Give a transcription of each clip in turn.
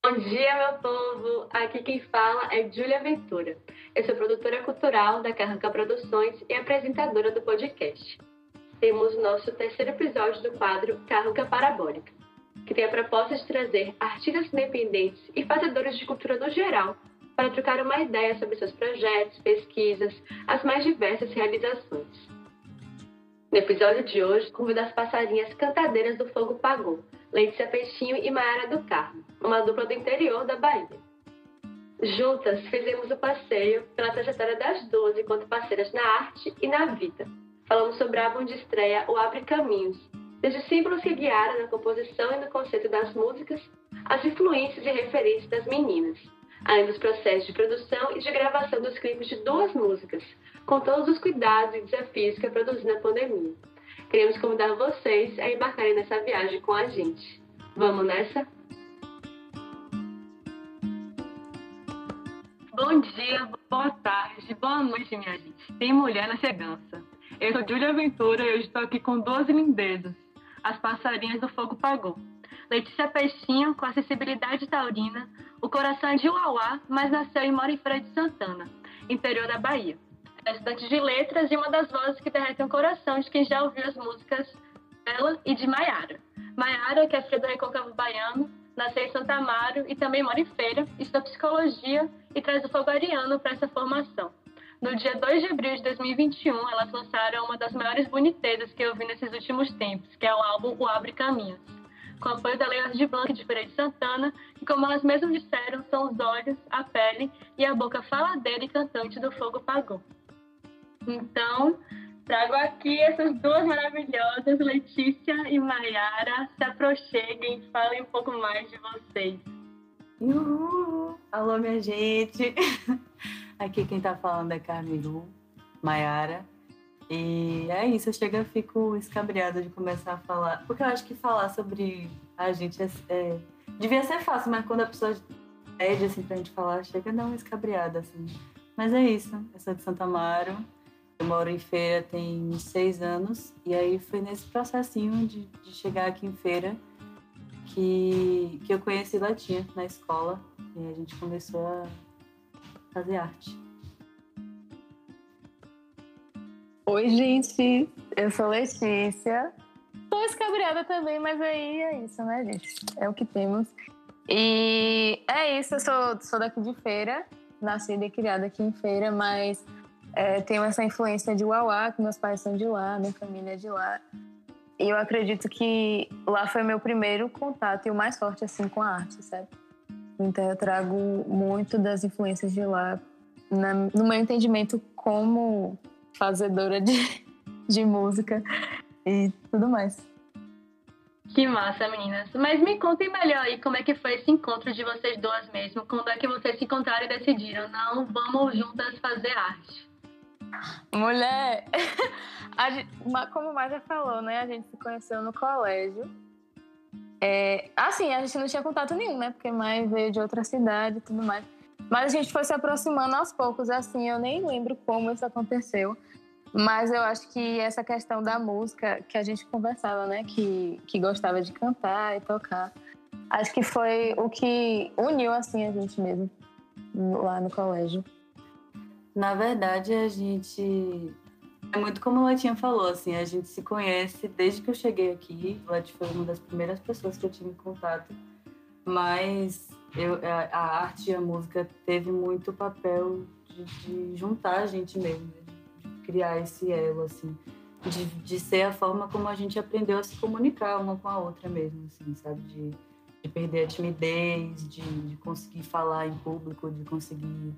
Bom dia, meu povo! Aqui quem fala é Júlia Ventura. Eu sou produtora cultural da Carranca Produções e apresentadora do podcast. Temos nosso terceiro episódio do quadro Carranca Parabólica, que tem a proposta de trazer artistas independentes e fazedores de cultura no geral para trocar uma ideia sobre seus projetos, pesquisas, as mais diversas realizações. No episódio de hoje, convido as passarinhas cantadeiras do Fogo Pagô, Letícia Peixinho e Mayara do Carmo, uma dupla do interior da Bahia. Juntas, fizemos o passeio pela trajetória das duas enquanto parceiras na arte e na vida. Falamos sobre o álbum de estreia O Abre Caminhos, desde os símbolos que guiaram na composição e no conceito das músicas, as influências e referências das meninas, além dos processos de produção e de gravação dos clipes de duas músicas, com todos os cuidados e desafios que é produzir na pandemia. Queremos convidar vocês a embarcarem nessa viagem com a gente. Vamos nessa? Bom dia, boa tarde, boa noite, minha gente. Tem mulher na chegança. Eu sou Júlia Ventura e eu estou aqui com 12 lindezas, as passarinhas do Fogo Pagô. Letícia Peixinho, com acessibilidade taurina, o coração é de Uauá, mas nasceu e mora em Feira de Santana, interior da Bahia. É estudante de letras e uma das vozes que derretem o coração de quem já ouviu as músicas dela e de Mayara. Mayara, que é filha do Recôncavo Baiano, nasceu em Santa Amaro e também mora em Feira, estuda psicologia e traz o fogo ariano para essa formação. No dia 2 de abril de 2021, elas lançaram uma das maiores bonitezas que eu vi nesses últimos tempos, que é o álbum O Abre Caminhos, com apoio da Lei de Blanc de Feira de Santana, e como elas mesmas disseram, são os olhos, a pele e a boca faladeira e cantante do Fogo Pagô. Então, trago aqui essas duas maravilhosas, Letícia e Mayara. Se aproxeguem e falem um pouco mais de vocês. Uhul! Alô, minha gente! Aqui quem tá falando é Carmiru, Mayara. E é isso, eu chego e fico escabriada de começar a falar. Porque eu acho que falar sobre a gente devia ser fácil, mas quando a pessoa pede assim pra gente falar, chega a dar uma escabriada, assim. Mas é isso, eu sou de Santa Amaro. Eu moro em Feira tem 6 anos, e aí foi nesse processinho de chegar aqui em Feira que eu conheci Latinha na escola, e a gente começou a fazer arte. Oi, gente, eu sou Letícia. Tô escabriada também, mas aí é isso, né, gente? É o que temos. E é isso, eu sou daqui de Feira, nascida e criada aqui em Feira, mas tenho essa influência de Uauá, que meus pais são de lá, minha família é de lá. E eu acredito que lá foi meu primeiro contato e o mais forte, assim, com a arte, sabe? Então eu trago muito das influências de lá no meu entendimento como fazedora de música e tudo mais. Que massa, meninas. Mas me contem melhor aí como é que foi esse encontro de vocês duas mesmo. Quando é que vocês se encontraram e decidiram, não, vamos juntas fazer arte? Mulher, como a Mar já falou, né? A gente se conheceu no colégio. Assim, a gente não tinha contato nenhum, né? Porque Mai veio de outra cidade e tudo mais. Mas a gente foi se aproximando aos poucos, assim, eu nem lembro como isso aconteceu. Mas eu acho que essa questão da música, que a gente conversava, né? Que gostava de cantar e tocar. Acho que foi o que uniu, assim, a gente mesmo, lá no colégio. Na verdade, a gente... É muito como a Latinha falou, assim, a gente se conhece desde que eu cheguei aqui. A Latinha foi uma das primeiras pessoas que eu tive contato. Mas a arte e a música teve muito papel de juntar a gente mesmo, de criar esse elo, assim. De ser a forma como a gente aprendeu a se comunicar uma com a outra mesmo, assim, sabe? De perder a timidez, de conseguir falar em público, de conseguir...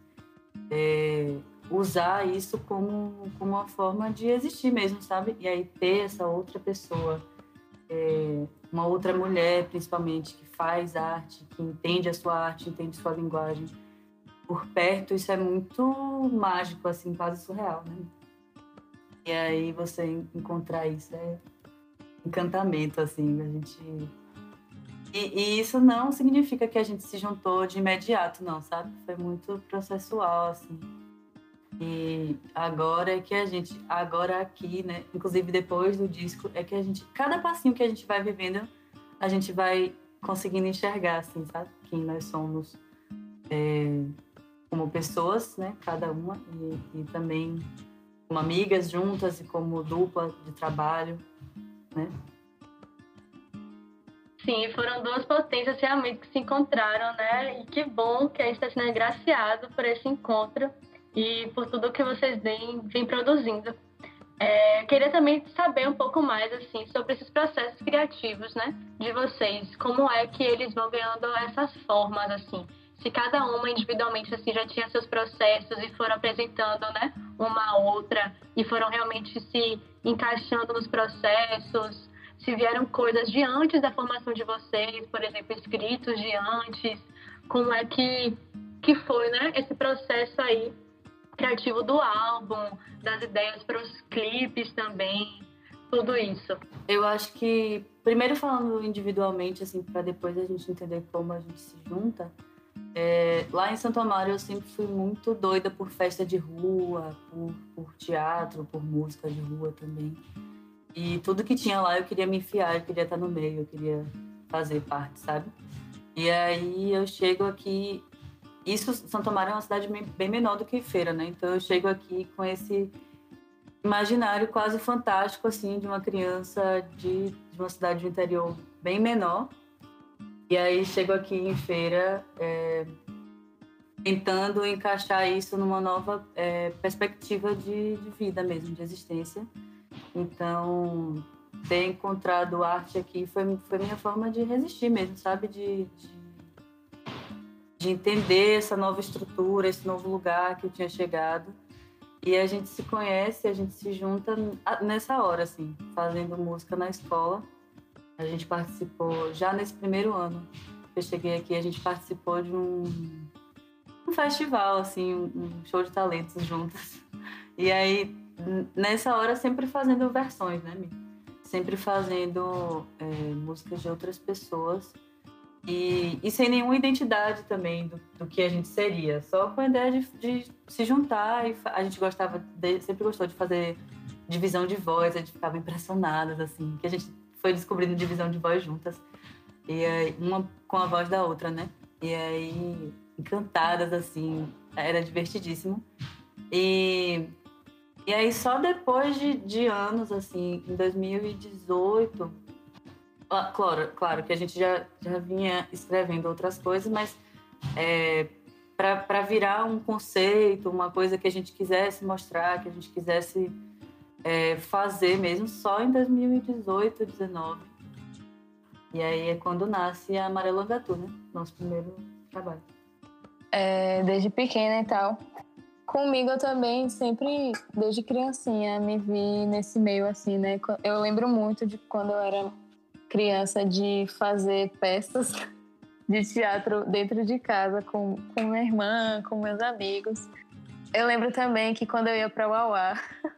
usar isso como uma forma de existir mesmo, sabe? E aí ter essa outra pessoa, uma outra mulher, principalmente, que faz arte, que entende a sua arte, entende sua linguagem por perto, isso é muito mágico, assim, quase surreal, né? E aí você encontrar isso é encantamento, assim, a gente... E isso não significa que a gente se juntou de imediato, não, sabe? Foi muito processual, assim. E agora é que agora aqui, né? Inclusive depois do disco, cada passinho que a gente vai vivendo, a gente vai conseguindo enxergar, assim, sabe? quem nós somos como pessoas, né? Cada uma, e também como amigas juntas e como dupla de trabalho, né? Sim, foram duas potências realmente que se encontraram, né? E que bom que a gente está sendo agraciado por esse encontro e por tudo que vocês vêm produzindo. Queria também saber um pouco mais, assim, sobre esses processos criativos, né? De vocês. Como é que eles vão ganhando essas formas, assim? Se cada uma individualmente, assim, já tinha seus processos e foram apresentando, né? Uma a outra e foram realmente se encaixando nos processos. Se vieram coisas de antes da formação de vocês, por exemplo, escritos de antes, como é que foi, né, esse processo aí criativo do álbum, das ideias para os clipes também, tudo isso. Eu acho que, primeiro falando individualmente, assim, para depois a gente entender como a gente se junta, lá em Santo Amaro eu sempre fui muito doida por festa de rua, por teatro, por música de rua também. E tudo que tinha lá eu queria me enfiar, eu queria estar no meio, eu queria fazer parte, sabe? E aí eu chego aqui... Santo Amaro é uma cidade bem menor do que Feira, né? Então eu chego aqui com esse imaginário quase fantástico, assim, de uma criança de uma cidade do interior bem menor. E aí chego aqui em Feira tentando encaixar isso numa nova perspectiva de vida mesmo, de existência. Então, ter encontrado arte aqui foi minha forma de resistir mesmo, sabe? De entender essa nova estrutura, esse novo lugar que eu tinha chegado. E a gente se conhece, a gente se junta nessa hora, assim, fazendo música na escola. A gente participou, já nesse primeiro ano que eu cheguei aqui, a gente participou de um festival, assim, um show de talentos juntas. E aí, nessa hora, sempre fazendo versões, né, Mi? Sempre fazendo músicas de outras pessoas e sem nenhuma identidade também do que a gente seria, só com a ideia de se juntar. E a gente sempre gostou de fazer divisão de voz, a gente ficava impressionadas, assim, que a gente foi descobrindo divisão de voz juntas, e aí, uma com a voz da outra, né? E aí, encantadas, assim, era divertidíssimo. E aí, só depois de anos, assim, em 2018... Claro que a gente já vinha escrevendo outras coisas, mas para virar um conceito, uma coisa que a gente quisesse mostrar, que a gente quisesse fazer mesmo, só em 2018, 2019. E aí é quando nasce a Amarelo Angatu, né? Nosso primeiro trabalho. Desde pequena e tal. Comigo eu também sempre, desde criancinha, me vi nesse meio assim, né? Eu lembro muito de quando eu era criança, de fazer peças de teatro dentro de casa com minha irmã, com meus amigos. Eu lembro também que quando eu ia para Uauá,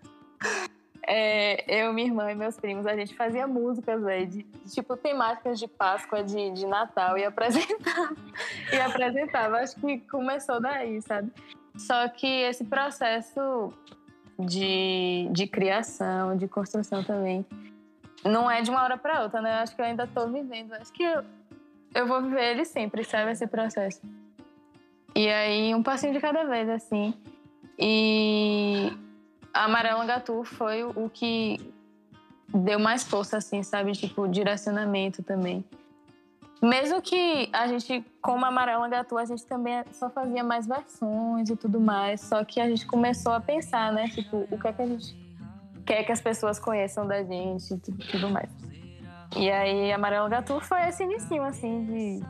eu, minha irmã e meus primos, a gente fazia músicas, de tipo temáticas de Páscoa, de Natal, e apresentava. Acho que começou daí, sabe? Só que esse processo de criação, de construção também, não é de uma hora para outra, né? Eu acho que eu ainda tô vivendo. Acho que eu vou viver ele sempre, sabe? Esse processo. E aí, um passinho de cada vez, assim. E a Amarelo Angatu foi o que deu mais força, assim, sabe? Tipo, direcionamento também. Mesmo que a gente, como Amarelo Angatu, a gente também só fazia mais versões e tudo mais. Só que a gente começou a pensar, né? Tipo, o que é que a gente quer que as pessoas conheçam da gente e tudo mais. E aí, Amarelo Angatu foi esse inicinho, assim,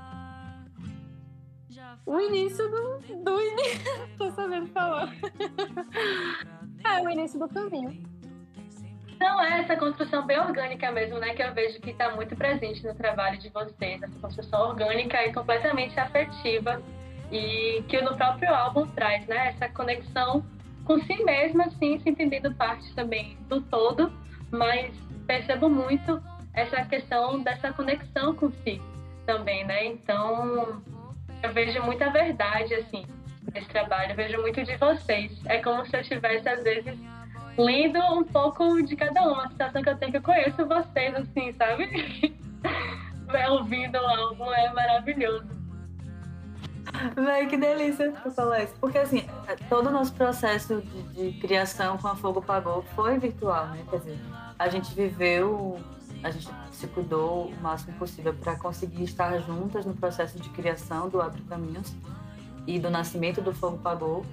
o início do início. Tô sabendo falar. O início do caminho. Não, essa construção bem orgânica mesmo, né? Que eu vejo que está muito presente no trabalho de vocês. Essa construção orgânica e completamente afetiva. E que no próprio álbum traz, né? Essa conexão com si mesma, assim, se entendendo parte também do todo. Mas percebo muito essa questão dessa conexão com si também, né? Então, eu vejo muita verdade, assim, nesse trabalho. Eu vejo muito de vocês. É como se eu estivesse, às vezes, lendo um pouco de cada uma. A sensação que eu tenho que eu conheço vocês, assim, sabe? Ouvindo o álbum é maravilhoso. Véi, que delícia tu falar isso. Porque, assim, todo o nosso processo de criação com a Fogo Pagou foi virtual, né? Quer dizer, a gente viveu, a gente se cuidou o máximo possível para conseguir estar juntas no processo de criação do Abre Caminhos e do nascimento do Fogo Pagou.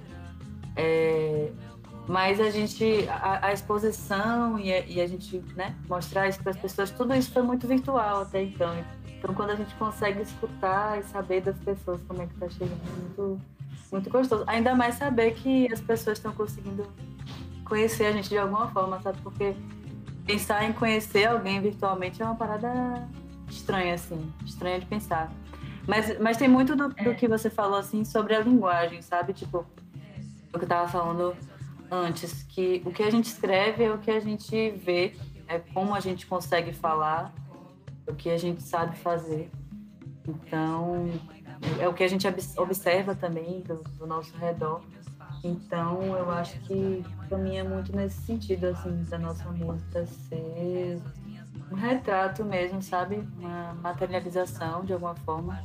Mas a exposição e a gente, né, mostrar isso para as pessoas, tudo isso foi muito virtual até então. Então, quando a gente consegue escutar e saber das pessoas como é que está chegando, é muito, muito gostoso. Ainda mais saber que as pessoas estão conseguindo conhecer a gente de alguma forma, sabe? Porque pensar em conhecer alguém virtualmente é uma parada estranha, assim, estranha de pensar. Mas tem muito do que você falou, assim, sobre a linguagem, sabe? Tipo, o que eu tava falando antes, que o que a gente escreve é o que a gente vê, é como a gente consegue falar, o que a gente sabe fazer. Então, é o que a gente observa também do nosso redor. Então, eu acho que caminha muito nesse sentido, assim, da nossa música ser um retrato mesmo, sabe? Uma materialização, de alguma forma.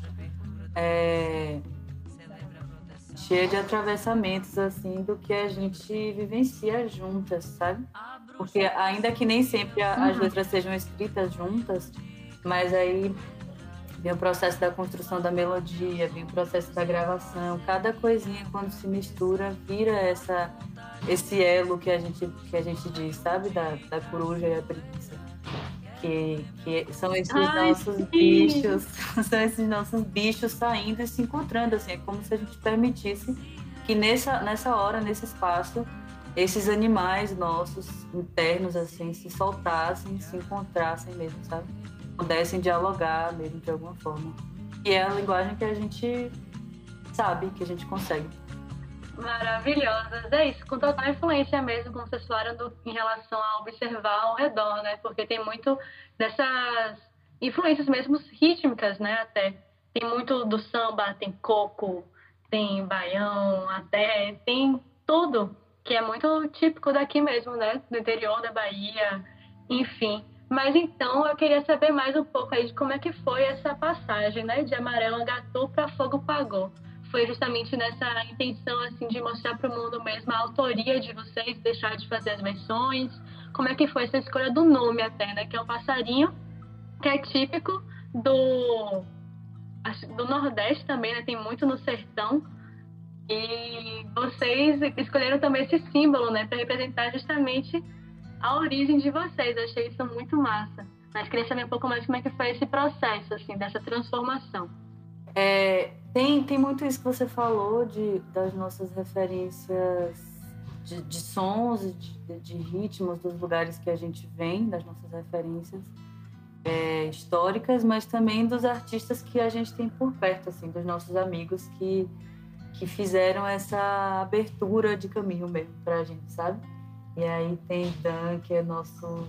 Cheia de atravessamentos, assim, do que a gente vivencia juntas, sabe? Porque ainda que nem sempre as letras sejam escritas juntas, mas aí vem o processo da construção da melodia, vem o processo da gravação, cada coisinha quando se mistura vira esse elo que a gente diz, sabe? Da coruja e a preguiça. Que são esses nossos bichos, são esses nossos bichos saindo e se encontrando, assim, é como se a gente permitisse que nessa hora, nesse espaço, esses animais nossos internos, assim, se soltassem, se encontrassem mesmo, sabe? Pudessem dialogar mesmo de alguma forma. E é a linguagem que a gente sabe, que a gente consegue. Maravilhosas, é isso, com total influência mesmo, como vocês falaram, em relação a observar ao redor, né? Porque tem muito dessas influências mesmo rítmicas, né? Até tem muito do samba, tem coco, tem baião, até tem tudo que é muito típico daqui mesmo, né? Do interior da Bahia, enfim. Mas então eu queria saber mais um pouco aí de como é que foi essa passagem, né? De Amarelo Angatu para Fogo Pagou. Foi justamente nessa intenção, assim, de mostrar para o mundo mesmo a autoria de vocês, deixar de fazer as versões. Como é que foi essa escolha do nome até, né? Que é um passarinho que é típico do Nordeste também, né? Tem muito no sertão. E vocês escolheram também esse símbolo, né? Para representar justamente a origem de vocês. Eu achei isso muito massa. Mas queria saber um pouco mais como é que foi esse processo, assim, dessa transformação. Tem muito isso que você falou das nossas referências de sons, de ritmos dos lugares que a gente vem, das nossas referências históricas, mas também dos artistas que a gente tem por perto, assim, dos nossos amigos que fizeram essa abertura de caminho mesmo pra gente, sabe? E aí tem Dan, que é nosso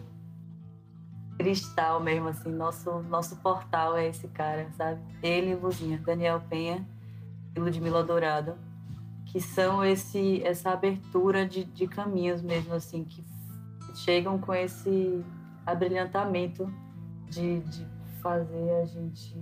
cristal mesmo, assim, nosso portal é esse cara, sabe? Ele e Luzinha, Daniel Penha e Ludmila Dourado, que são essa abertura de caminhos mesmo, assim, que chegam com esse abrilhantamento de fazer a gente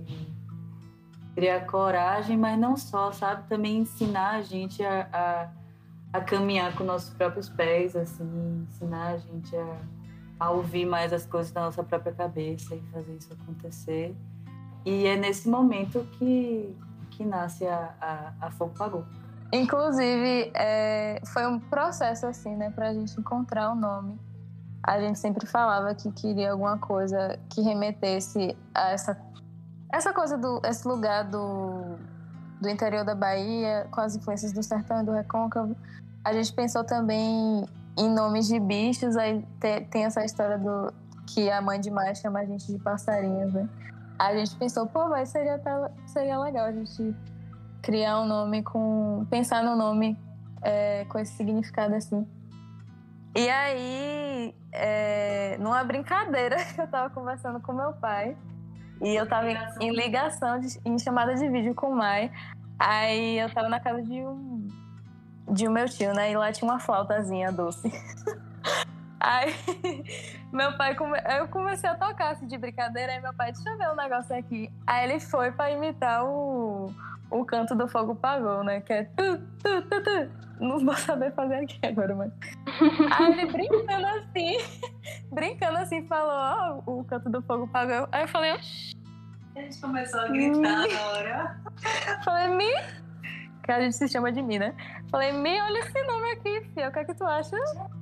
criar coragem, mas não só, sabe? Também ensinar a gente a caminhar com nossos próprios pés, assim, ensinar a gente a ouvir mais as coisas da nossa própria cabeça e fazer isso acontecer. E é nesse momento que nasce a Fogo Pagou. Inclusive, foi um processo, assim, né, pra gente encontrar o nome. A gente sempre falava que queria alguma coisa que remetesse a essa coisa esse lugar do interior da Bahia, com as influências do sertão e do recôncavo. A gente pensou também em nomes de bichos, aí tem essa história que a mãe de Maia chama a gente de passarinhos, né? A gente pensou, seria legal a gente criar um nome pensar no nome com esse significado assim. E aí, numa brincadeira, eu tava conversando com meu pai, e eu tava em ligação, em chamada de vídeo com o Mai, aí eu tava na casa de um meu tio, né? E lá tinha uma flautazinha doce. Aí, meu pai, eu comecei a tocar assim de brincadeira, aí meu pai, deixa eu ver um negócio aqui. Aí ele foi pra imitar o canto do fogo pagou, né? Que é tu, tu, tu, tu. Não vou saber fazer aqui agora, mas... Aí ele brincando assim, falou, ó, o canto do fogo pagou. Aí eu falei, oxi. A gente começou a gritar na hora. Falei, que a gente se chama de Mi, né? Falei, Mi, olha esse nome aqui, filha, o que é que tu acha?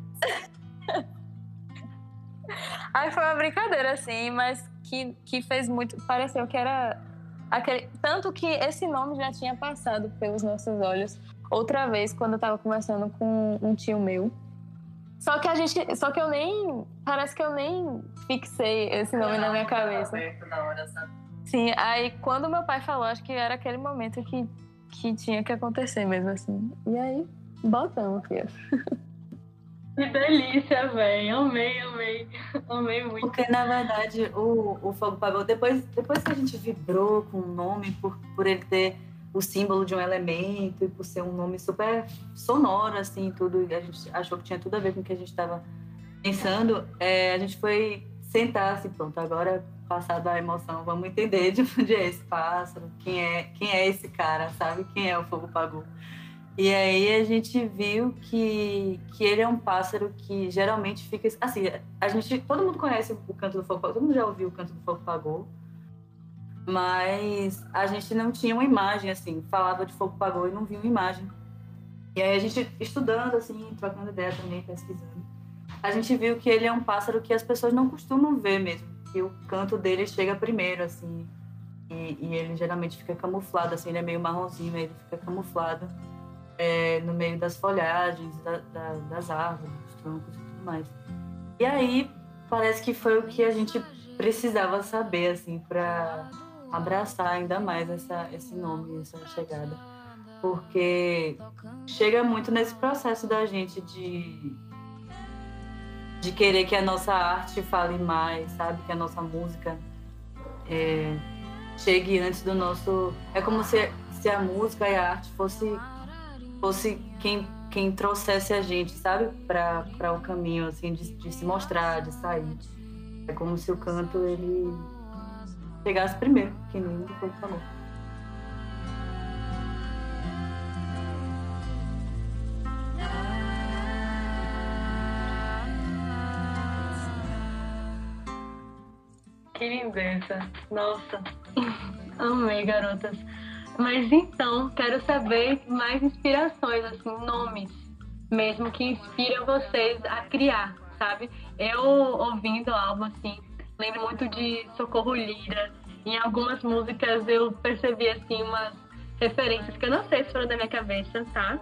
Aí foi uma brincadeira, assim, mas que fez muito... Pareceu que era aquele... Tanto que esse nome já tinha passado pelos nossos olhos outra vez, quando eu tava conversando com um tio meu. Só que eu nem... Parece que eu nem fixei esse nome na minha cabeça. Na hora, sabe? Sim, aí quando meu pai falou, acho que era aquele momento que tinha que acontecer mesmo, assim. E aí, botamos, filha. Que delícia, velho. Amei muito. Porque, na verdade, o fogo pagou. Depois que a gente vibrou com o nome, por ele ter o símbolo de um elemento e por ser um nome super sonoro, assim, tudo, e a gente achou que tinha tudo a ver com o que a gente estava pensando, a gente foi sentar, assim, pronto, agora, passada a emoção, vamos entender de onde é esse pássaro, quem é esse cara, sabe? Quem é o fogo pagou. E aí a gente viu que ele é um pássaro que geralmente fica... Assim, todo mundo conhece o canto do fogo pagou, todo mundo já ouviu o canto do fogo pagou, mas a gente não tinha uma imagem, assim, falava de fogo pagou e não via uma imagem. E aí a gente, estudando, assim, trocando ideia também, pesquisando, a gente viu que ele é um pássaro que as pessoas não costumam ver mesmo, que o canto dele chega primeiro, assim, e ele geralmente fica camuflado, assim, ele é meio marronzinho, ele fica camuflado no meio das folhagens, das árvores, dos troncos e tudo mais. E aí, parece que foi o que a gente precisava saber, assim, para abraçar ainda mais esse nome, essa chegada. Porque chega muito nesse processo da gente de querer que a nossa arte fale mais, sabe? Que a nossa música chegue antes do nosso... É como se a música e a arte fosse quem trouxesse a gente, sabe? Para o caminho, assim, de se mostrar, de sair. É como se o canto, ele chegasse primeiro, que nem foi que falou. Que lindeza. Nossa. Amei, garotas. Mas então, quero saber mais inspirações, assim, nomes mesmo que inspiram vocês a criar, sabe? Eu, ouvindo o álbum, assim, lembro muito de Socorro Lira. Em algumas músicas eu percebi, assim, umas referências que eu não sei se foram da minha cabeça, tá?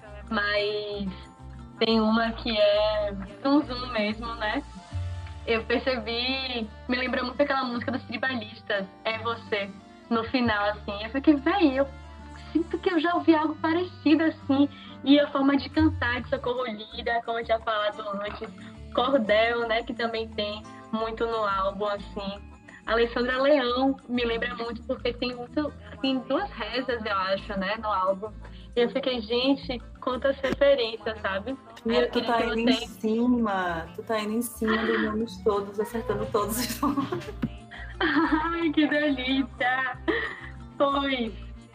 Mas tem uma que é Zum mesmo, né? Eu percebi, me lembra muito aquela música dos Tribalistas, É Você, no final, assim. Eu fiquei, véi, eu sinto que eu já ouvi algo parecido, assim. E a forma de cantar de Socorro Lira, como eu tinha falado antes. Cordel, né, que também tem muito no álbum, assim. Alessandra Leão me lembra muito, porque tem duas rezas, eu acho, né, no álbum. E eu fiquei, gente, quantas referências, sabe? Tu tá indo em cima dos nomes todos, acertando todos os nomes. Ai, que delícia! Pois.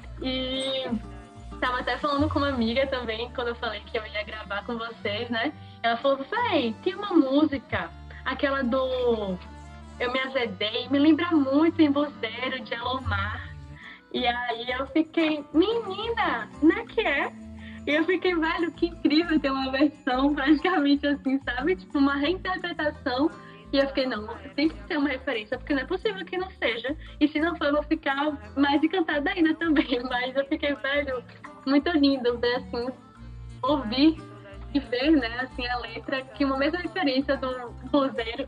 E tava até falando com uma amiga também, quando eu falei que eu ia gravar com vocês, né? Ela falou, véi, tem uma música, aquela do Eu Me Azedei, me lembra muito Embuzeiro, de Elomar. E aí eu fiquei, menina, né que é? E eu fiquei, velho, que incrível ter uma versão praticamente assim, sabe? Tipo, uma reinterpretação. E eu fiquei, não, tem que ter uma referência, porque não é possível que não seja. E se não for, eu vou ficar mais encantada ainda também. Mas eu fiquei, velho, muito lindo ver, assim, ouvir e ver, né, assim, a letra, que uma mesma referência do Roseiro,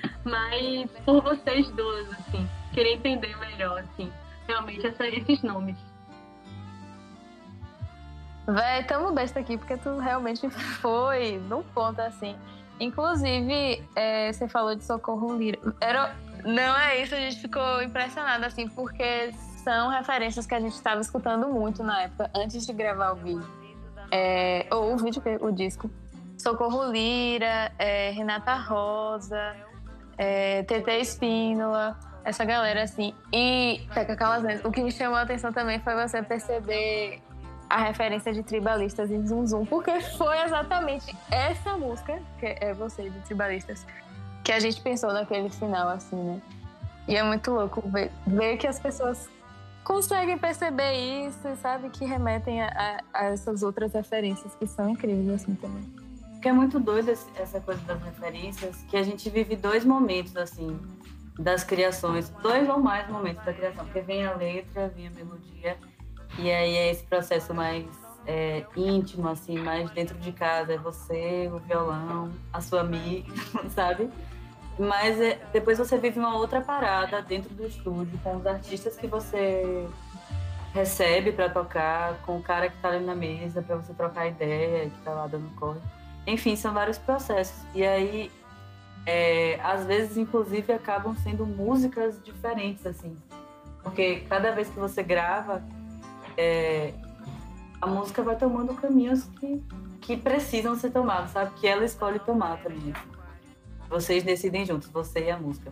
mas por vocês duas, assim. Queria entender melhor, assim, realmente esses nomes. Véi, tamo besta aqui, porque tu realmente foi num ponto, assim. Inclusive, você falou de Socorro Lira. Não é isso, a gente ficou impressionada, assim, porque são referências que a gente estava escutando muito na época, antes de gravar o vídeo. Ou o vídeo, o disco. Socorro Lira, Renata Rosa, TT Espínola, essa galera assim. E Teca Calazans. O que me chamou a atenção também foi você perceber a referência de Tribalistas em Zum Zum, porque foi exatamente essa música, que é você, de Tribalistas, que a gente pensou naquele final, assim, né? E é muito louco ver que as pessoas conseguem perceber isso e sabe que remetem a essas outras referências que são incríveis, assim, também. Porque é muito doido essa coisa das referências, que a gente vive 2 momentos, assim, das criações, 2 ou mais momentos da criação, porque vem a letra, vem a melodia, e aí é esse processo mais íntimo, assim, mais dentro de casa, é você, o violão, a sua amiga, sabe? Mas depois você vive uma outra parada dentro do estúdio, com os artistas que você recebe para tocar, com o cara que tá ali na mesa para você trocar ideia, que tá lá dando corre. Enfim, são vários processos. E aí, às vezes, inclusive, acabam sendo músicas diferentes, assim. Porque cada vez que você grava, a música vai tomando caminhos que precisam ser tomados, sabe? Que ela escolhe tomar também. Vocês decidem juntos, você e a música.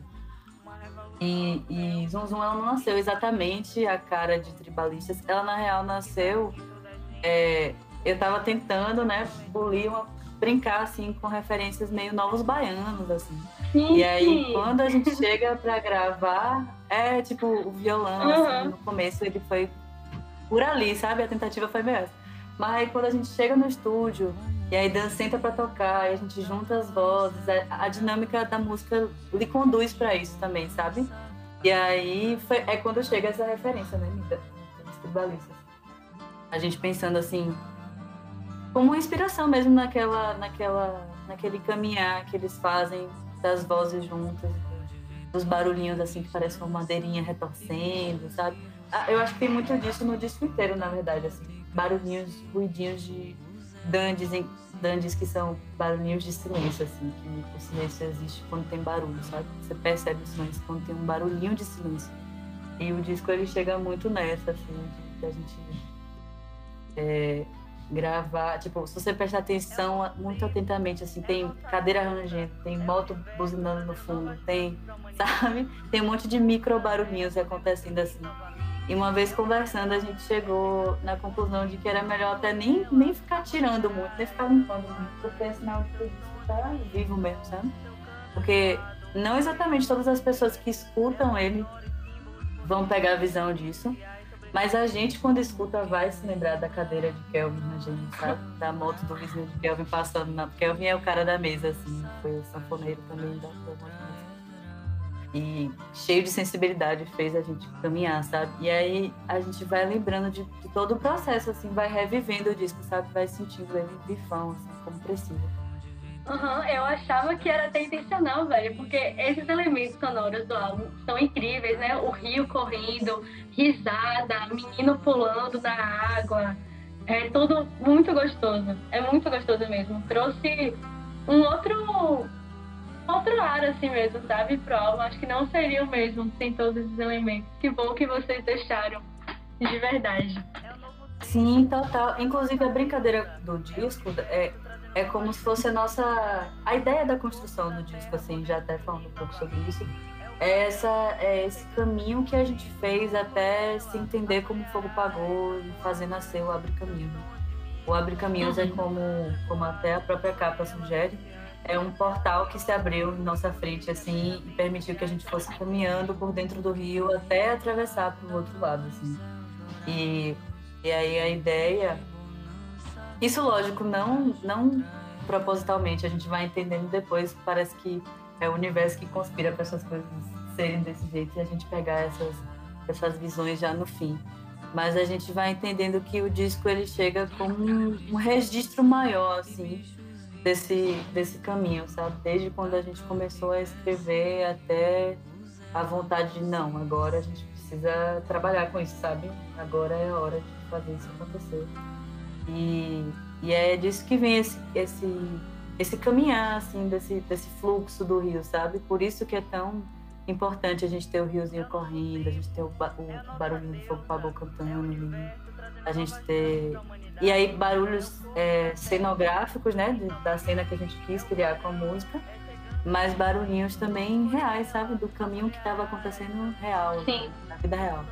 E Zum Zum, ela não nasceu exatamente a cara de Tribalistas. Ela, na real, nasceu... eu tava tentando, né, brincar, assim, com referências meio novos baianos, assim. Sim, e aí, sim. quando a gente chega pra gravar, tipo, o violão, assim, no começo, ele foi por ali, sabe? A tentativa foi meio essa. Mas aí, quando a gente chega no estúdio, e aí Dan senta pra tocar, e a gente junta as vozes, a dinâmica da música lhe conduz pra isso também, sabe? E aí, é quando chega essa referência, né, dos Tribalistas. A gente pensando, assim, como uma inspiração mesmo naquele caminhar que eles fazem das vozes juntas, dos barulhinhos assim que parece uma madeirinha retorcendo, sabe? Eu acho que tem muito disso no disco inteiro, na verdade, assim, barulhinhos, ruidinhos de dandes que são barulhinhos de silêncio, assim, que o silêncio existe quando tem barulho, sabe? Você percebe o silêncio quando tem um barulhinho de silêncio. E o disco ele chega muito nessa, assim, de a gente gravar, tipo, se você prestar atenção muito atentamente, assim, tem cadeira rangendo, tem moto buzinando no fundo, tem, sabe? Tem um monte de micro barulhinhos acontecendo assim. E uma vez conversando, a gente chegou na conclusão de que era melhor até nem ficar tirando muito, nem ficar limpando muito, porque é sinal de que o disco tá vivo mesmo, sabe? Porque não exatamente todas as pessoas que escutam ele vão pegar a visão disso, mas a gente, quando escuta, vai se lembrar da cadeira de Kelvin rangendo, sabe? Da moto do vizinho de Kelvin passando. Kelvin é o cara da mesa, assim, foi o sanfoneiro também da música. E cheio de sensibilidade, fez a gente caminhar, sabe? E aí a gente vai lembrando de todo o processo, assim, vai revivendo o disco, sabe? Vai sentindo ele vivão, assim, como precisa. Eu achava que era até intencional, velho, porque esses elementos sonoros do álbum são incríveis, né? O rio correndo, risada, menino pulando na água, é tudo muito gostoso, é muito gostoso mesmo. Trouxe um outro ar, assim mesmo, sabe, pro álbum. Acho que não seria o mesmo sem todos esses elementos. Que bom que vocês deixaram, de verdade. Sim, total. Inclusive, a brincadeira do disco é como se fosse a ideia da construção do disco, assim, já até falando um pouco sobre isso, é esse caminho que a gente fez até se entender como o Fogo Pagou e fazer nascer o Abre Caminho. O Abre Caminhos é como até a própria capa sugere, é um portal que se abriu em nossa frente, assim, e permitiu que a gente fosse caminhando por dentro do rio até atravessar para o outro lado, assim. E aí a ideia... Isso, lógico, não propositalmente, a gente vai entendendo depois, parece que é o universo que conspira para essas coisas serem desse jeito e a gente pegar essas visões já no fim. Mas a gente vai entendendo que o disco ele chega como um registro maior, assim, desse caminho, sabe? Desde quando a gente começou a escrever até a vontade de, não, agora a gente precisa trabalhar com isso, sabe? Agora é a hora de fazer isso acontecer. E é disso que vem esse caminhar, assim, desse fluxo do rio, sabe? Por isso que é tão importante a gente ter o riozinho correndo, a gente ter o barulhinho do Fogo Pagou cantando, a gente ter E aí barulhos cenográficos, né, da cena que a gente quis criar com a música, mas barulhinhos também reais, sabe, do caminho que estava acontecendo real, Sim. na vida real.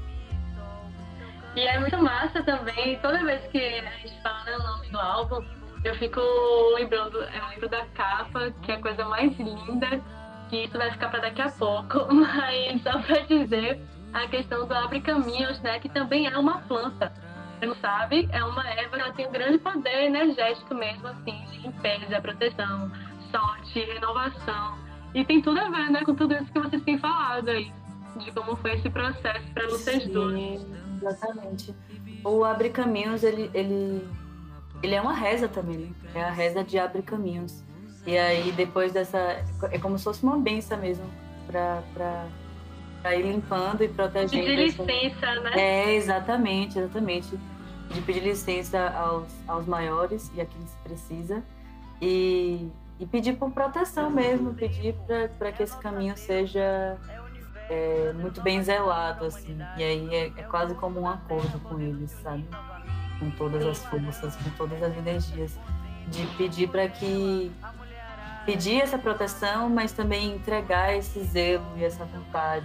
E é muito massa também, toda vez que a gente fala o nome do álbum, eu fico lembrando, eu lembro da capa, que é a coisa mais linda, que isso vai ficar para daqui a pouco, mas só para dizer a questão do Abre Caminhos, né, que também é uma planta. Você não sabe, é uma erva que ela tem um grande poder energético mesmo, assim, de limpeza, proteção, sorte, renovação. E tem tudo a ver, né, com tudo isso que vocês têm falado aí, de como foi esse processo para vocês duas. Exatamente. O Abre Caminhos, ele é uma reza também, né? É a reza de Abre Caminhos. E aí, depois dessa... É como se fosse uma benção mesmo, pra ir limpando e protegendo. Pedir licença, né? Exatamente. De pedir licença aos maiores e a quem se precisa. E pedir por proteção mesmo, pedir para que esse caminho seja muito bem zelado, assim. E aí é quase como um acordo com eles, sabe? Com todas as forças, com todas as energias. De pedir para que... Pedir essa proteção, mas também entregar esse zelo e essa vontade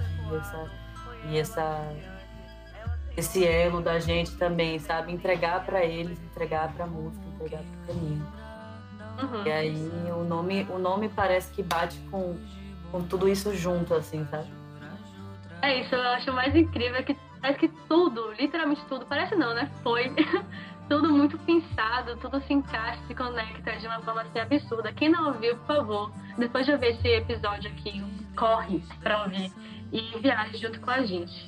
esse elo da gente também, sabe? Entregar para eles, entregar para a música, entregar para o caminho. Uhum. E aí o nome parece que bate com tudo isso junto, assim, sabe? É isso, eu acho mais incrível que parece que tudo, literalmente tudo, parece não, né? Foi tudo muito pensado, tudo se encaixa, se conecta de uma forma assim absurda. Quem não ouviu, por favor, depois de ouvir esse episódio aqui, corre pra ouvir e viaje junto com a gente.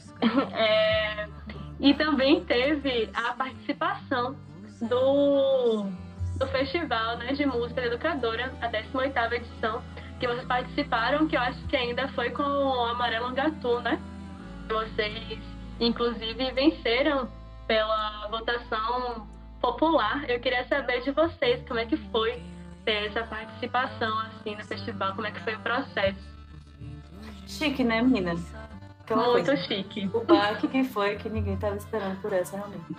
E também teve a participação do Festival, né, de Música Educadora, a 18ª edição, que vocês participaram, que eu acho que ainda foi com o Amarelo Angatu, né? Vocês, inclusive, venceram pela votação popular. Eu queria saber de vocês como é que foi ter essa participação assim no festival, como é que foi o processo. Chique, né, menina? Muito chique. O baque que foi que ninguém estava esperando por essa, realmente.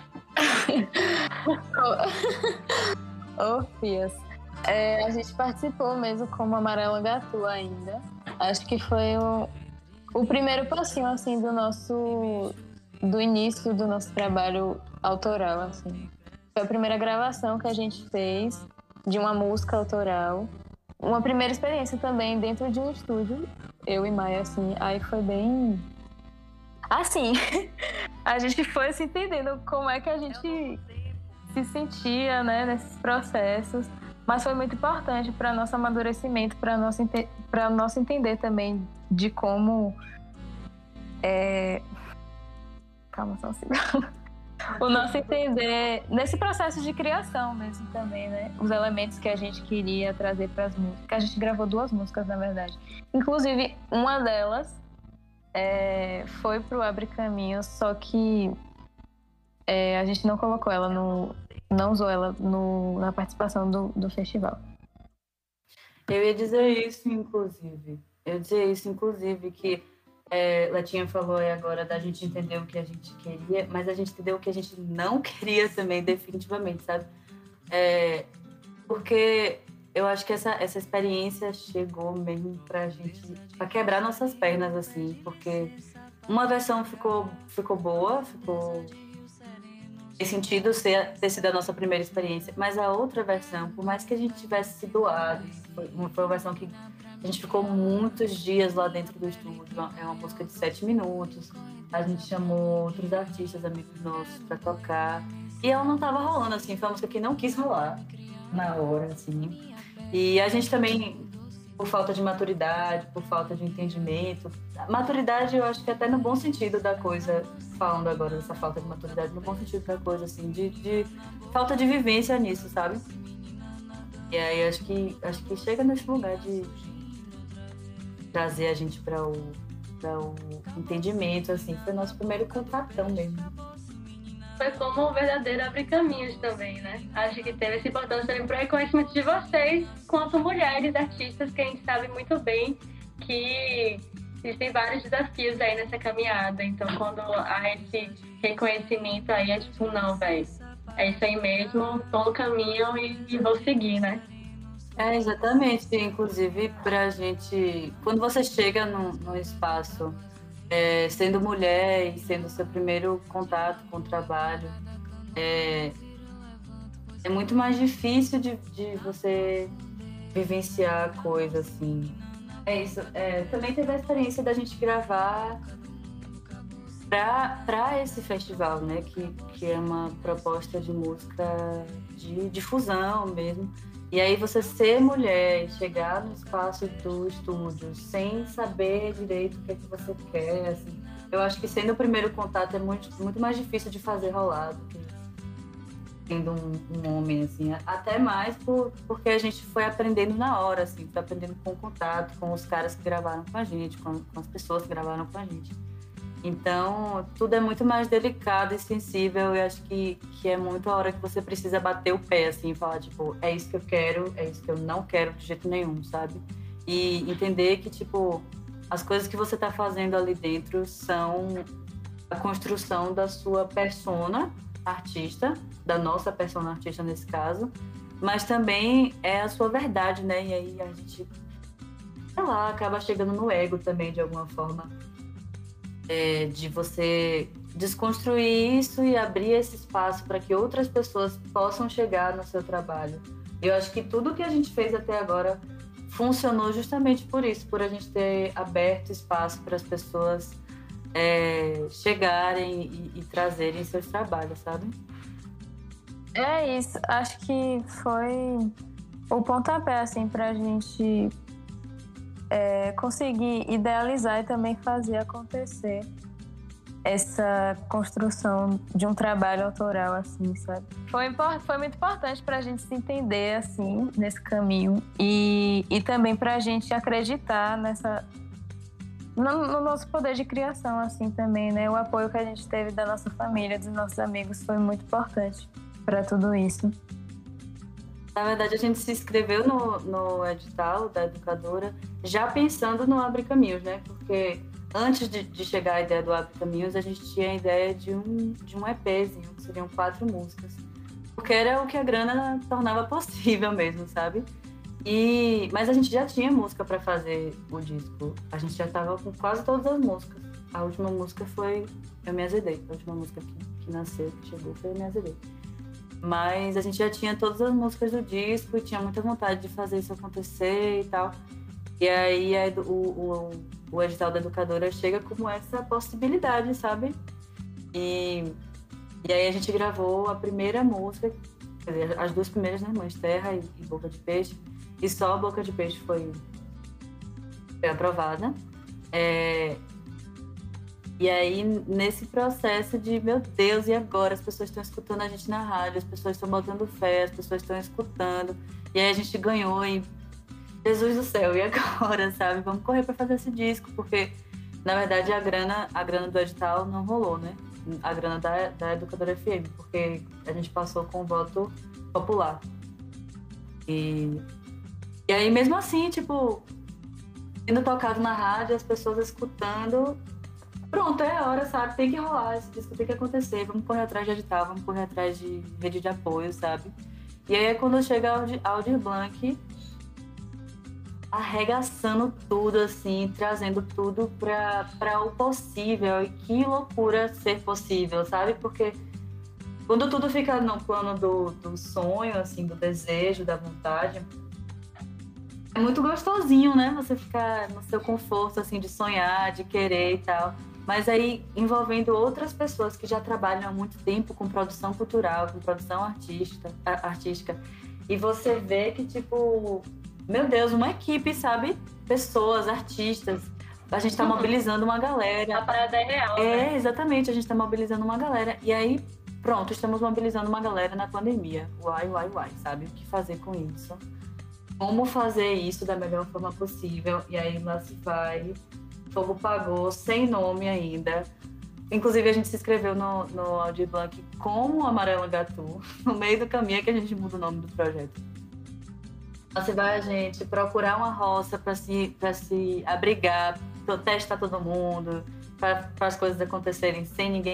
Fias. A gente participou mesmo como Amarelo Angatu ainda. Acho que foi o primeiro passinho, assim, do início do nosso trabalho autoral, assim. Foi a primeira gravação que a gente fez de uma música autoral. Uma primeira experiência também dentro de um estúdio, eu e Maia, assim. Aí foi bem... Assim, a gente foi se entendendo como é que a gente se sentia, né, nesses processos. Mas foi muito importante para nosso amadurecimento, para nosso entender também de como... Calma só um segundo. O nosso entender nesse processo de criação mesmo também, né? Os elementos que a gente queria trazer para as músicas. A gente gravou 2 músicas, na verdade. Inclusive, uma delas foi pro Abre Caminhos, só que a gente não colocou ela não usou ela na participação do festival. Eu ia dizer isso, inclusive. Que Letinha falou aí agora da gente entender o que a gente queria, mas a gente entendeu o que a gente não queria também, definitivamente, sabe? Porque eu acho que essa experiência chegou mesmo pra gente, pra quebrar nossas pernas, assim, porque uma versão ficou boa, fez sentido ter sido a nossa primeira experiência, mas a outra versão, por mais que a gente tivesse se doado, foi uma versão que a gente ficou muitos dias lá dentro do estúdio. É uma música de 7 minutos. A gente chamou outros artistas, amigos nossos, pra tocar. E ela não tava rolando, assim. Foi uma música que não quis rolar na hora, assim. E a gente também, por falta de maturidade, por falta de entendimento... Maturidade, eu acho que até no bom sentido da coisa, falando agora dessa falta de maturidade, no bom sentido da coisa, assim, de falta de vivência nisso, sabe? E aí acho que chega nesse lugar de trazer a gente para o entendimento, assim. Foi nosso primeiro contratão mesmo. Foi como um verdadeiro Abre Caminhos também, né? Acho que teve essa importância também para o reconhecimento de vocês, quanto mulheres artistas, que a gente sabe muito bem que existem vários desafios aí nessa caminhada. Então, quando há esse reconhecimento aí, é tipo, não, velho, é isso aí mesmo, tô no caminho e vou seguir, né? Exatamente. Inclusive, pra gente... Quando você chega num espaço, sendo mulher e sendo seu primeiro contato com o trabalho, é muito mais difícil de você vivenciar a coisa, assim. É isso. Também teve a experiência da gente gravar para esse festival, né? Que é uma proposta de música de difusão mesmo. E aí você ser mulher e chegar no espaço do estúdio sem saber direito o que é que você quer, assim, eu acho que sendo o primeiro contato é muito, muito mais difícil de fazer rolar do que sendo um homem, assim. Até mais porque a gente foi aprendendo na hora, assim, foi aprendendo com o contato, com os caras que gravaram com a gente, com as pessoas que gravaram com a gente. Então, tudo é muito mais delicado e sensível. Eu acho que é muito a hora que você precisa bater o pé, assim, e falar, tipo, é isso que eu quero, é isso que eu não quero de jeito nenhum, sabe? E entender que, tipo, as coisas que você tá fazendo ali dentro são a construção da sua persona artista, da nossa persona artista nesse caso, mas também é a sua verdade, né? E aí a gente, sei lá, acaba chegando no ego também, de alguma forma. De você desconstruir isso e abrir esse espaço para que outras pessoas possam chegar no seu trabalho. Eu acho que tudo que a gente fez até agora funcionou justamente por isso, por a gente ter aberto espaço para as pessoas chegarem e trazerem seus trabalhos, sabe? É isso. Acho que foi o pontapé, assim, para a gente conseguir idealizar e também fazer acontecer essa construção de um trabalho autoral, assim, sabe? Foi muito importante para a gente se entender, assim, nesse caminho e também para a gente acreditar no nosso poder de criação, assim, também, né? O apoio que a gente teve da nossa família, dos nossos amigos, foi muito importante para tudo isso. Na verdade, a gente se inscreveu no edital da educadora já pensando no Abre Caminhos, né? Porque antes de chegar a ideia do Abre Caminhos, a gente tinha a ideia de um EPzinho, que seriam 4 músicas. Porque era o que a grana tornava possível mesmo, sabe? Mas a gente já tinha música para fazer o disco. A gente já estava com quase todas as músicas. A última música foi Eu Me Azedei. A última música que nasceu, que chegou, foi Eu Me Azedei. Mas a gente já tinha todas as músicas do disco e tinha muita vontade de fazer isso acontecer e tal. E aí o edital da educadora chega como essa possibilidade, sabe? E aí a gente gravou a primeira música, quer dizer, as 2 primeiras, né? Mães Terra e Boca de Peixe. E só a Boca de Peixe foi aprovada. E aí, nesse processo de, meu Deus, e agora? As pessoas estão escutando a gente na rádio, as pessoas estão botando fé, as pessoas estão escutando. E aí a gente ganhou e, Jesus do céu, e agora, sabe? Vamos correr para fazer esse disco, porque, na verdade, a grana do edital não rolou, né? A grana da Educadora FM, porque a gente passou com o voto popular. E aí, mesmo assim, tipo, sendo tocado na rádio, as pessoas escutando... Pronto, é a hora, sabe? Tem que rolar, esse disco tem que acontecer. Vamos correr atrás de edital, vamos correr atrás de rede de apoio, sabe? E aí é quando chega a Aldir Blanc arregaçando tudo, assim, trazendo tudo para o possível. E que loucura ser possível, sabe? Porque quando tudo fica no plano do sonho, assim, do desejo, da vontade, é muito gostosinho, né? Você ficar no seu conforto, assim, de sonhar, de querer e tal. Mas aí envolvendo outras pessoas que já trabalham há muito tempo com produção cultural, com produção artística. E você vê que, tipo, meu Deus, uma equipe, sabe? Pessoas, artistas. A gente tá mobilizando uma galera. A parada é real, né? Exatamente, a gente tá mobilizando uma galera. E aí, pronto, estamos mobilizando uma galera na pandemia. Uai, sabe? O que fazer com isso? Como fazer isso da melhor forma possível? E aí lá se vai... Fogo pagou, sem nome ainda. Inclusive, a gente se inscreveu no Aldir Blanc como Amarela Gatu. No meio do caminho é que a gente muda o nome do projeto. Você vai, a gente, procurar uma roça para se abrigar, testar todo mundo, para as coisas acontecerem sem ninguém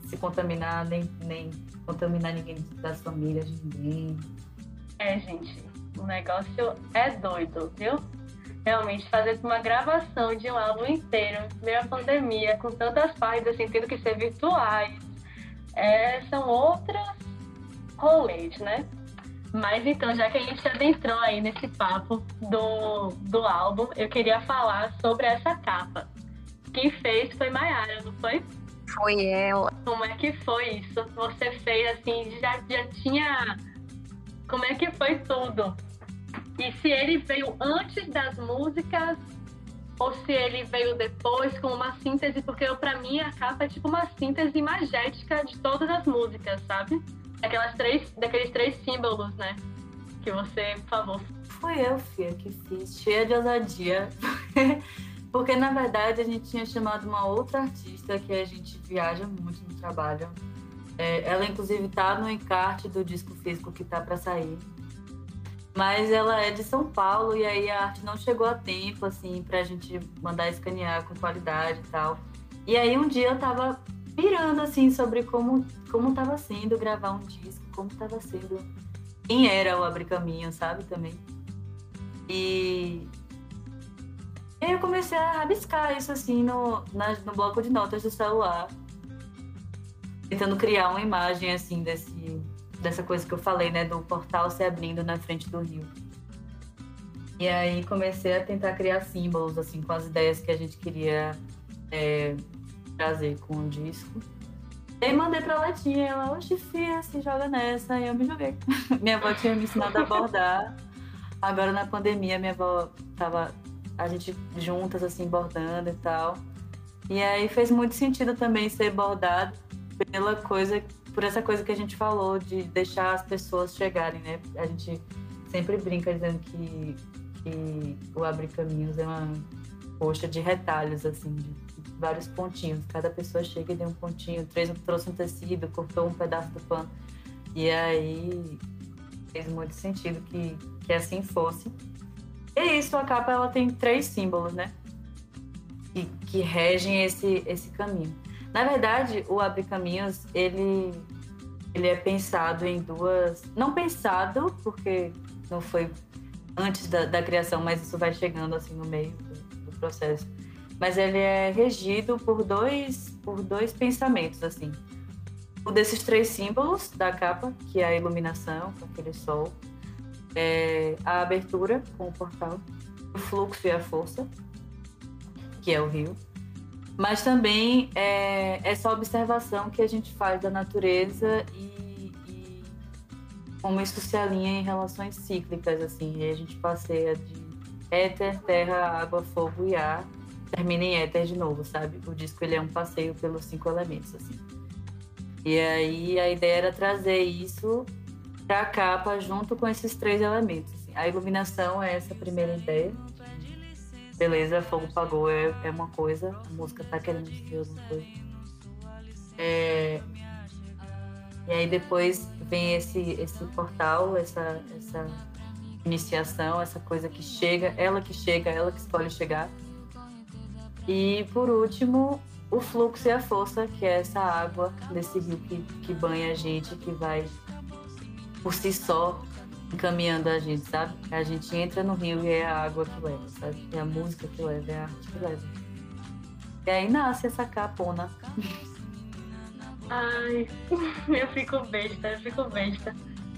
se contaminar, nem contaminar ninguém das famílias de ninguém. Gente, o negócio é doido, viu? Realmente, fazer uma gravação de um álbum inteiro, meio a pandemia, com tantas partes, assim, tendo que ser virtuais, são outros rolês, né? Mas então, já que a gente adentrou aí nesse papo do álbum, eu queria falar sobre essa capa. Quem fez foi Maiara, não foi? Foi ela. Como é que foi isso? Você fez assim, já tinha... Como é que foi tudo? E se ele veio antes das músicas ou se ele veio depois com uma síntese? Porque pra mim a capa é tipo uma síntese imagética de todas as músicas, sabe? Daqueles 3 símbolos, né? Que você, por favor. Foi eu, Fia, que fiz, cheia de ousadia. Porque, na verdade, a gente tinha chamado uma outra artista que a gente viaja muito no trabalho. Ela, inclusive, tá no encarte do disco físico que tá para sair. Mas ela é de São Paulo e aí a arte não chegou a tempo, assim, pra gente mandar escanear com qualidade e tal. E aí um dia eu tava pirando, assim, sobre como tava sendo gravar um disco, como tava sendo... Quem era o Abre Caminho, sabe, também. E aí eu comecei a rabiscar isso, assim, no bloco de notas do celular. Tentando criar uma imagem, assim, dessa coisa que eu falei, né? Do portal se abrindo na frente do rio. E aí comecei a tentar criar símbolos, assim, com as ideias que a gente queria trazer com o disco. E aí mandei pra Letinha, ela, oxe, Fia, se joga nessa. E eu me joguei. Minha avó tinha me ensinado a bordar. Agora, na pandemia, minha avó tava... A gente juntas, assim, bordando e tal. E aí fez muito sentido também ser bordado por essa coisa que a gente falou, de deixar as pessoas chegarem, né? A gente sempre brinca dizendo que o Abre Caminhos é uma coxa de retalhos, assim, de vários pontinhos. Cada pessoa chega e deu um pontinho, trouxe um tecido, cortou um pedaço do pano. E aí fez muito sentido que assim fosse. E isso, a capa ela tem 3 símbolos, né? Que regem esse caminho. Na verdade, o Abre Caminhos, ele é pensado em 2... Não pensado, porque não foi antes da criação, mas isso vai chegando assim no meio do processo. Mas ele é regido por dois pensamentos, assim. O desses 3 símbolos da capa, que é a iluminação, com aquele sol, a abertura com o portal, o fluxo e a força, que é o rio, mas também essa observação que a gente faz da natureza e como isso se alinha em relações cíclicas, assim, e a gente passeia de éter, terra, água, fogo e ar, termina em éter de novo, sabe? O disco ele é um passeio pelos 5 elementos, assim. E aí a ideia era trazer isso para a capa junto com esses 3 elementos. Assim. A iluminação é essa primeira ideia. Beleza, fogo apagou é uma coisa, a música tá querendo dizer alguma coisa. E aí depois vem esse portal, essa iniciação, essa coisa que chega, ela que escolhe chegar. E por último, o fluxo e a força, que é essa água desse rio que banha a gente, que vai por si só encaminhando a gente, sabe? A gente entra no rio e é a água que leva, sabe? É a música que leva, é a arte que leva. E aí nasce essa capona. Ai, eu fico besta.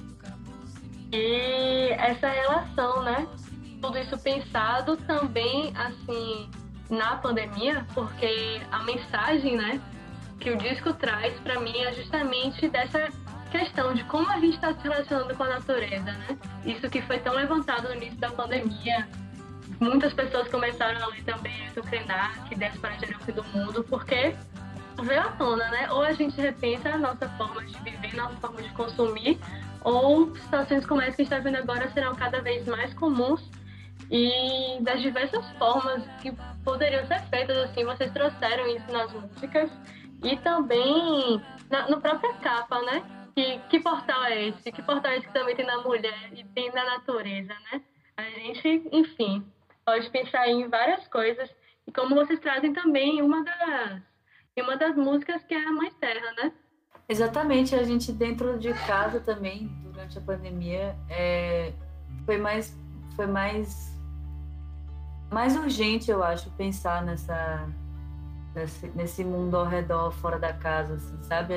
E essa relação, né? Tudo isso pensado também, assim, na pandemia, porque a mensagem, né, que o disco traz pra mim é justamente dessa questão de como a gente está se relacionando com a natureza, né? Isso que foi tão levantado no início da pandemia. Muitas pessoas começaram a ler também Ayrton Krenak, 10 para gerar o fim do mundo, porque veio à tona, né? Ou a gente repensa a nossa forma de viver, nossa forma de consumir, ou situações como essa que a gente está vendo agora serão cada vez mais comuns e das diversas formas que poderiam ser feitas, assim, vocês trouxeram isso nas músicas e também no própria capa, né? Que portal é esse? Que portal é esse que também tem na mulher e tem na natureza, né? A gente, enfim, pode pensar em várias coisas. E como vocês trazem também, uma das E uma das músicas que é a Mãe Terra, né? Exatamente, a gente dentro de casa também, durante a pandemia, foi mais urgente, eu acho, pensar nesse mundo ao redor, fora da casa, assim, sabe?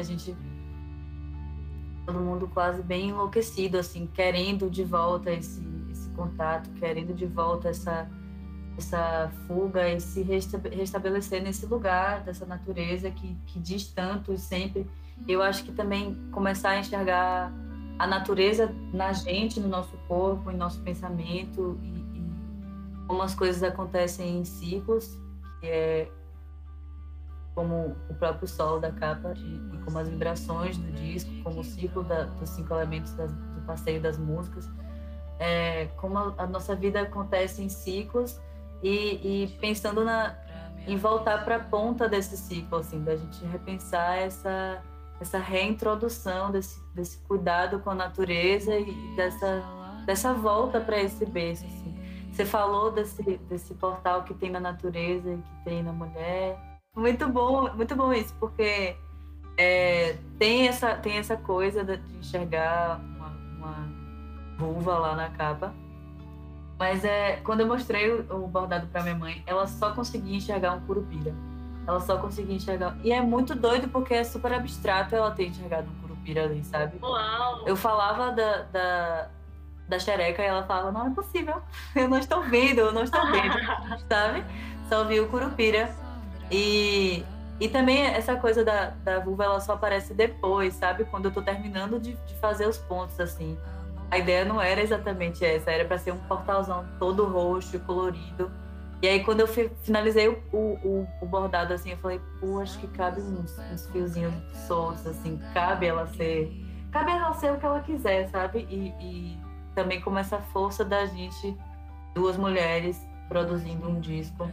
Todo mundo quase bem enlouquecido, assim, querendo de volta esse contato, querendo de volta essa fuga e se restabelecer nesse lugar dessa natureza que diz tanto sempre. Eu acho que também começar a enxergar a natureza na gente, no nosso corpo, em nosso pensamento e como as coisas acontecem em ciclos, que é como o próprio sol da capa e como as vibrações do disco, como o ciclo dos 5 elementos do passeio das músicas, como a nossa vida acontece em ciclos e pensando em voltar para a ponta desse ciclo, assim, da gente repensar essa reintrodução desse cuidado com a natureza e dessa volta para esse berço, assim. Você falou desse portal que tem na natureza e que tem na mulher. Muito bom isso, porque tem essa coisa de enxergar uma vulva lá na capa. Mas quando eu mostrei o bordado para minha mãe, ela só conseguia enxergar um curupira. Ela só conseguia enxergar. E é muito doido porque é super abstrato ela ter enxergado um curupira ali, sabe? Uau! Eu falava da xereca e ela falava, não é possível, eu não estou vendo, sabe? Só vi o curupira. E também essa coisa da vulva, ela só aparece depois, sabe? Quando eu tô terminando de fazer os pontos, assim. A ideia não era exatamente essa, era para ser um portalzão todo roxo, colorido. E aí, quando eu finalizei o bordado, assim, eu falei, pô, acho que cabe uns fiozinhos soltos, assim, cabe ela ser o que ela quiser, sabe? E também com essa força da gente, 2 mulheres produzindo um disco,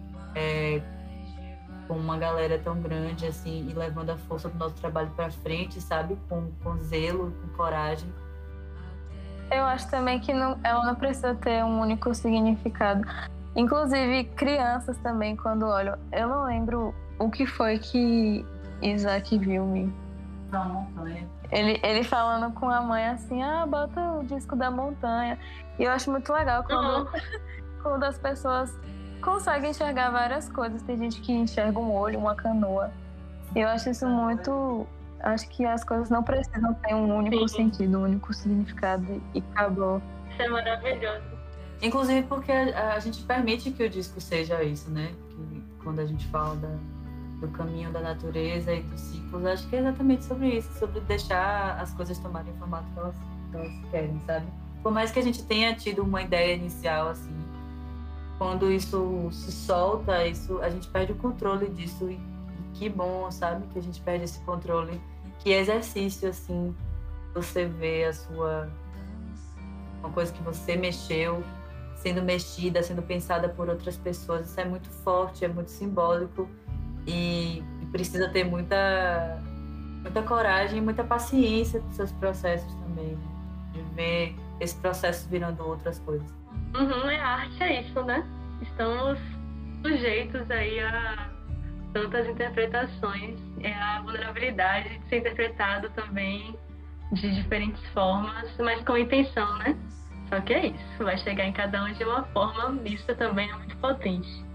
com uma galera tão grande, assim, e levando a força do nosso trabalho para frente, sabe? Com zelo, com coragem. Eu acho também que ela não precisa ter um único significado. Inclusive, crianças também, quando olham... Eu não lembro o que foi que Isaac viu-me. Da montanha. Ele falando com a mãe assim, bota o disco da montanha. E eu acho muito legal quando as pessoas conseguem enxergar várias coisas. Tem gente que enxerga um olho, uma canoa. E eu acho isso muito... Acho que as coisas não precisam ter um único sentido, um único significado e acabou. Isso é maravilhoso. Inclusive porque a gente permite que o disco seja isso, né? Que quando a gente fala do caminho da natureza e dos ciclos, acho que é exatamente sobre isso, sobre deixar as coisas tomarem o formato que elas querem, sabe? Por mais que a gente tenha tido uma ideia inicial, assim, quando isso se solta, a gente perde o controle disso e que bom, sabe? Que a gente perde esse controle. Que exercício, assim, você vê uma coisa que você mexeu, sendo mexida, sendo pensada por outras pessoas. Isso é muito forte, é muito simbólico e precisa ter muita coragem e muita paciência com seus processos também, né? De ver esse processo virando outras coisas. A arte é isso, né? Estamos sujeitos aí a tantas interpretações, a vulnerabilidade de ser interpretado também de diferentes formas, mas com intenção, né? Só que é isso, vai chegar em cada um de uma forma mista também, é muito potente.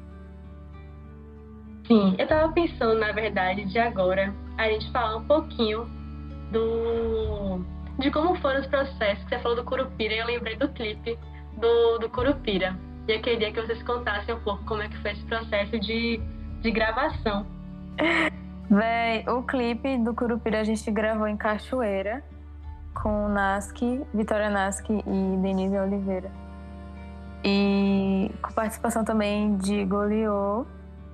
Sim, eu tava pensando, na verdade, de agora a gente falar um pouquinho de como foram os processos, que você falou do Curupira, e eu lembrei do clipe do Curupira. E eu queria que vocês contassem um pouco como é que foi esse processo de gravação. Véi, o clipe do Curupira a gente gravou em Cachoeira com Vitória Nasci e Denise Oliveira. E com participação também de Goliô.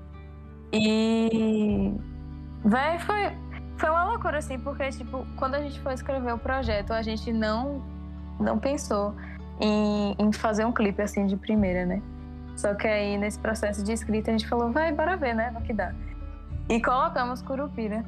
E véi, foi uma loucura, assim, porque tipo, quando a gente foi escrever o projeto, a gente não pensou em fazer um clipe assim de primeira, né? Só que aí, nesse processo de escrita, a gente falou, bora ver, né? No que dá. E colocamos Curupira.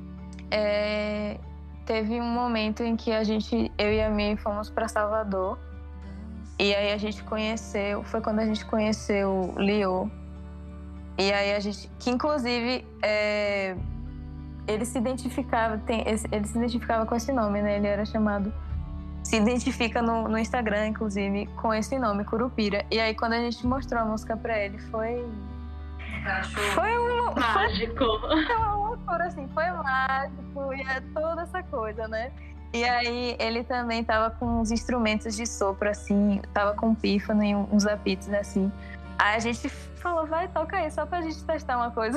Teve um momento em que eu e a Mi, fomos para Salvador. E aí a gente foi quando a gente conheceu o Liô. E aí a gente, que inclusive ele se identificava com esse nome, né? Ele era chamado, se identifica no Instagram, inclusive, com esse nome, Curupira. E aí quando a gente mostrou a música pra ele, foi mágico. Foi uma loucura, assim, foi mágico e toda essa coisa, né? E aí ele também tava com uns instrumentos de sopro, assim, tava com um pífano e uns apitos, assim. Aí a gente falou, vai, toca aí, só pra gente testar uma coisa.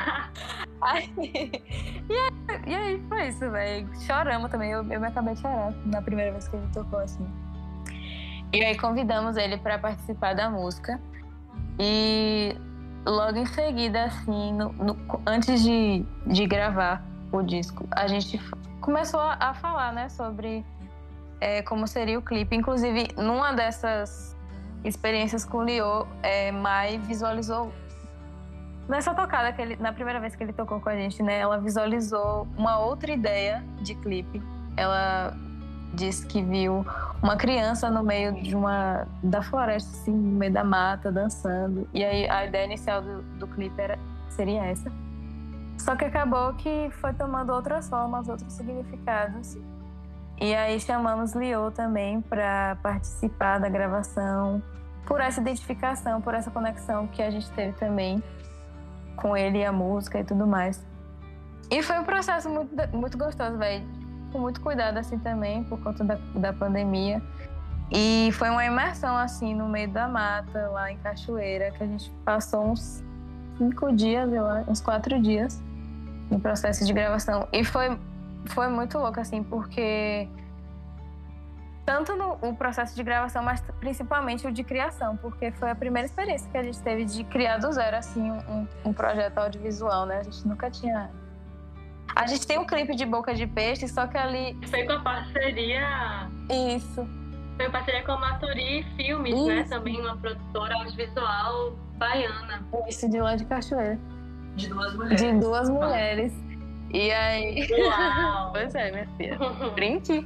E aí foi isso, velho. Choramos também, eu me acabei de chorar na primeira vez que ele tocou, assim. E aí convidamos ele pra participar da música. E logo em seguida, assim, antes de gravar o disco, a gente começou a falar, né, sobre como seria o clipe. Inclusive, numa dessas experiências com o Lio, Mai visualizou, nessa tocada, na primeira vez que ele tocou com a gente, né, ela visualizou uma outra ideia de clipe. Ela disse que viu uma criança no meio da floresta, assim, no meio da mata, dançando. E aí a ideia inicial do clipe seria essa. Só que acabou que foi tomando outras formas, outros significados. E aí chamamos Lio também para participar da gravação, por essa identificação, por essa conexão que a gente teve também com ele e a música e tudo mais. E foi um processo muito, muito gostoso, velho. Com muito cuidado, assim, também, por conta da pandemia. E foi uma imersão, assim, no meio da mata, lá em Cachoeira, que a gente passou uns 5 dias, eu acho, uns 4 dias no processo de gravação. E foi muito louco, assim, porque tanto o processo de gravação, mas principalmente o de criação, porque foi a primeira experiência que a gente teve de criar do zero, assim, um projeto audiovisual, né? A gente nunca tinha... A gente tem um clipe de Boca de Peixe, só que ali... Foi com a parceria... Isso. Foi em parceria com a Maturi Filmes, Isso. né? Também uma produtora audiovisual baiana. Isso, de lá de Cachoeira. De 2 mulheres. De 2 mulheres. E aí... Uau! Pois é, minha filha. Brinque.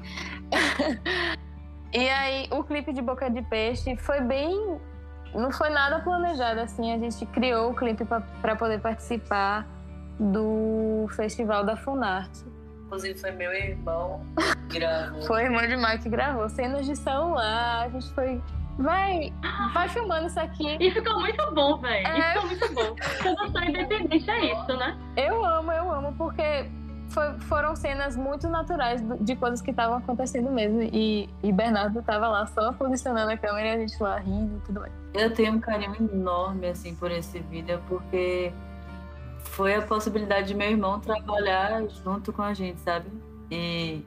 E aí, o clipe de Boca de Peixe foi bem... Não foi nada planejado, assim. A gente criou o clipe para poder participar do Festival da Funarte. Inclusive foi meu irmão que gravou. Foi o irmão de Mar que gravou. Cenas de celular, a gente foi... Vai filmando isso aqui. E ficou muito bom, velho. É. Ficou muito bom. Produção independente é isso, né? Eu amo, porque foram cenas muito naturais de coisas que estavam acontecendo mesmo. E Bernardo tava lá só posicionando a câmera e a gente lá rindo e tudo mais. Eu tenho um carinho enorme, assim, por esse vídeo, porque foi a possibilidade de meu irmão trabalhar junto com a gente, sabe? E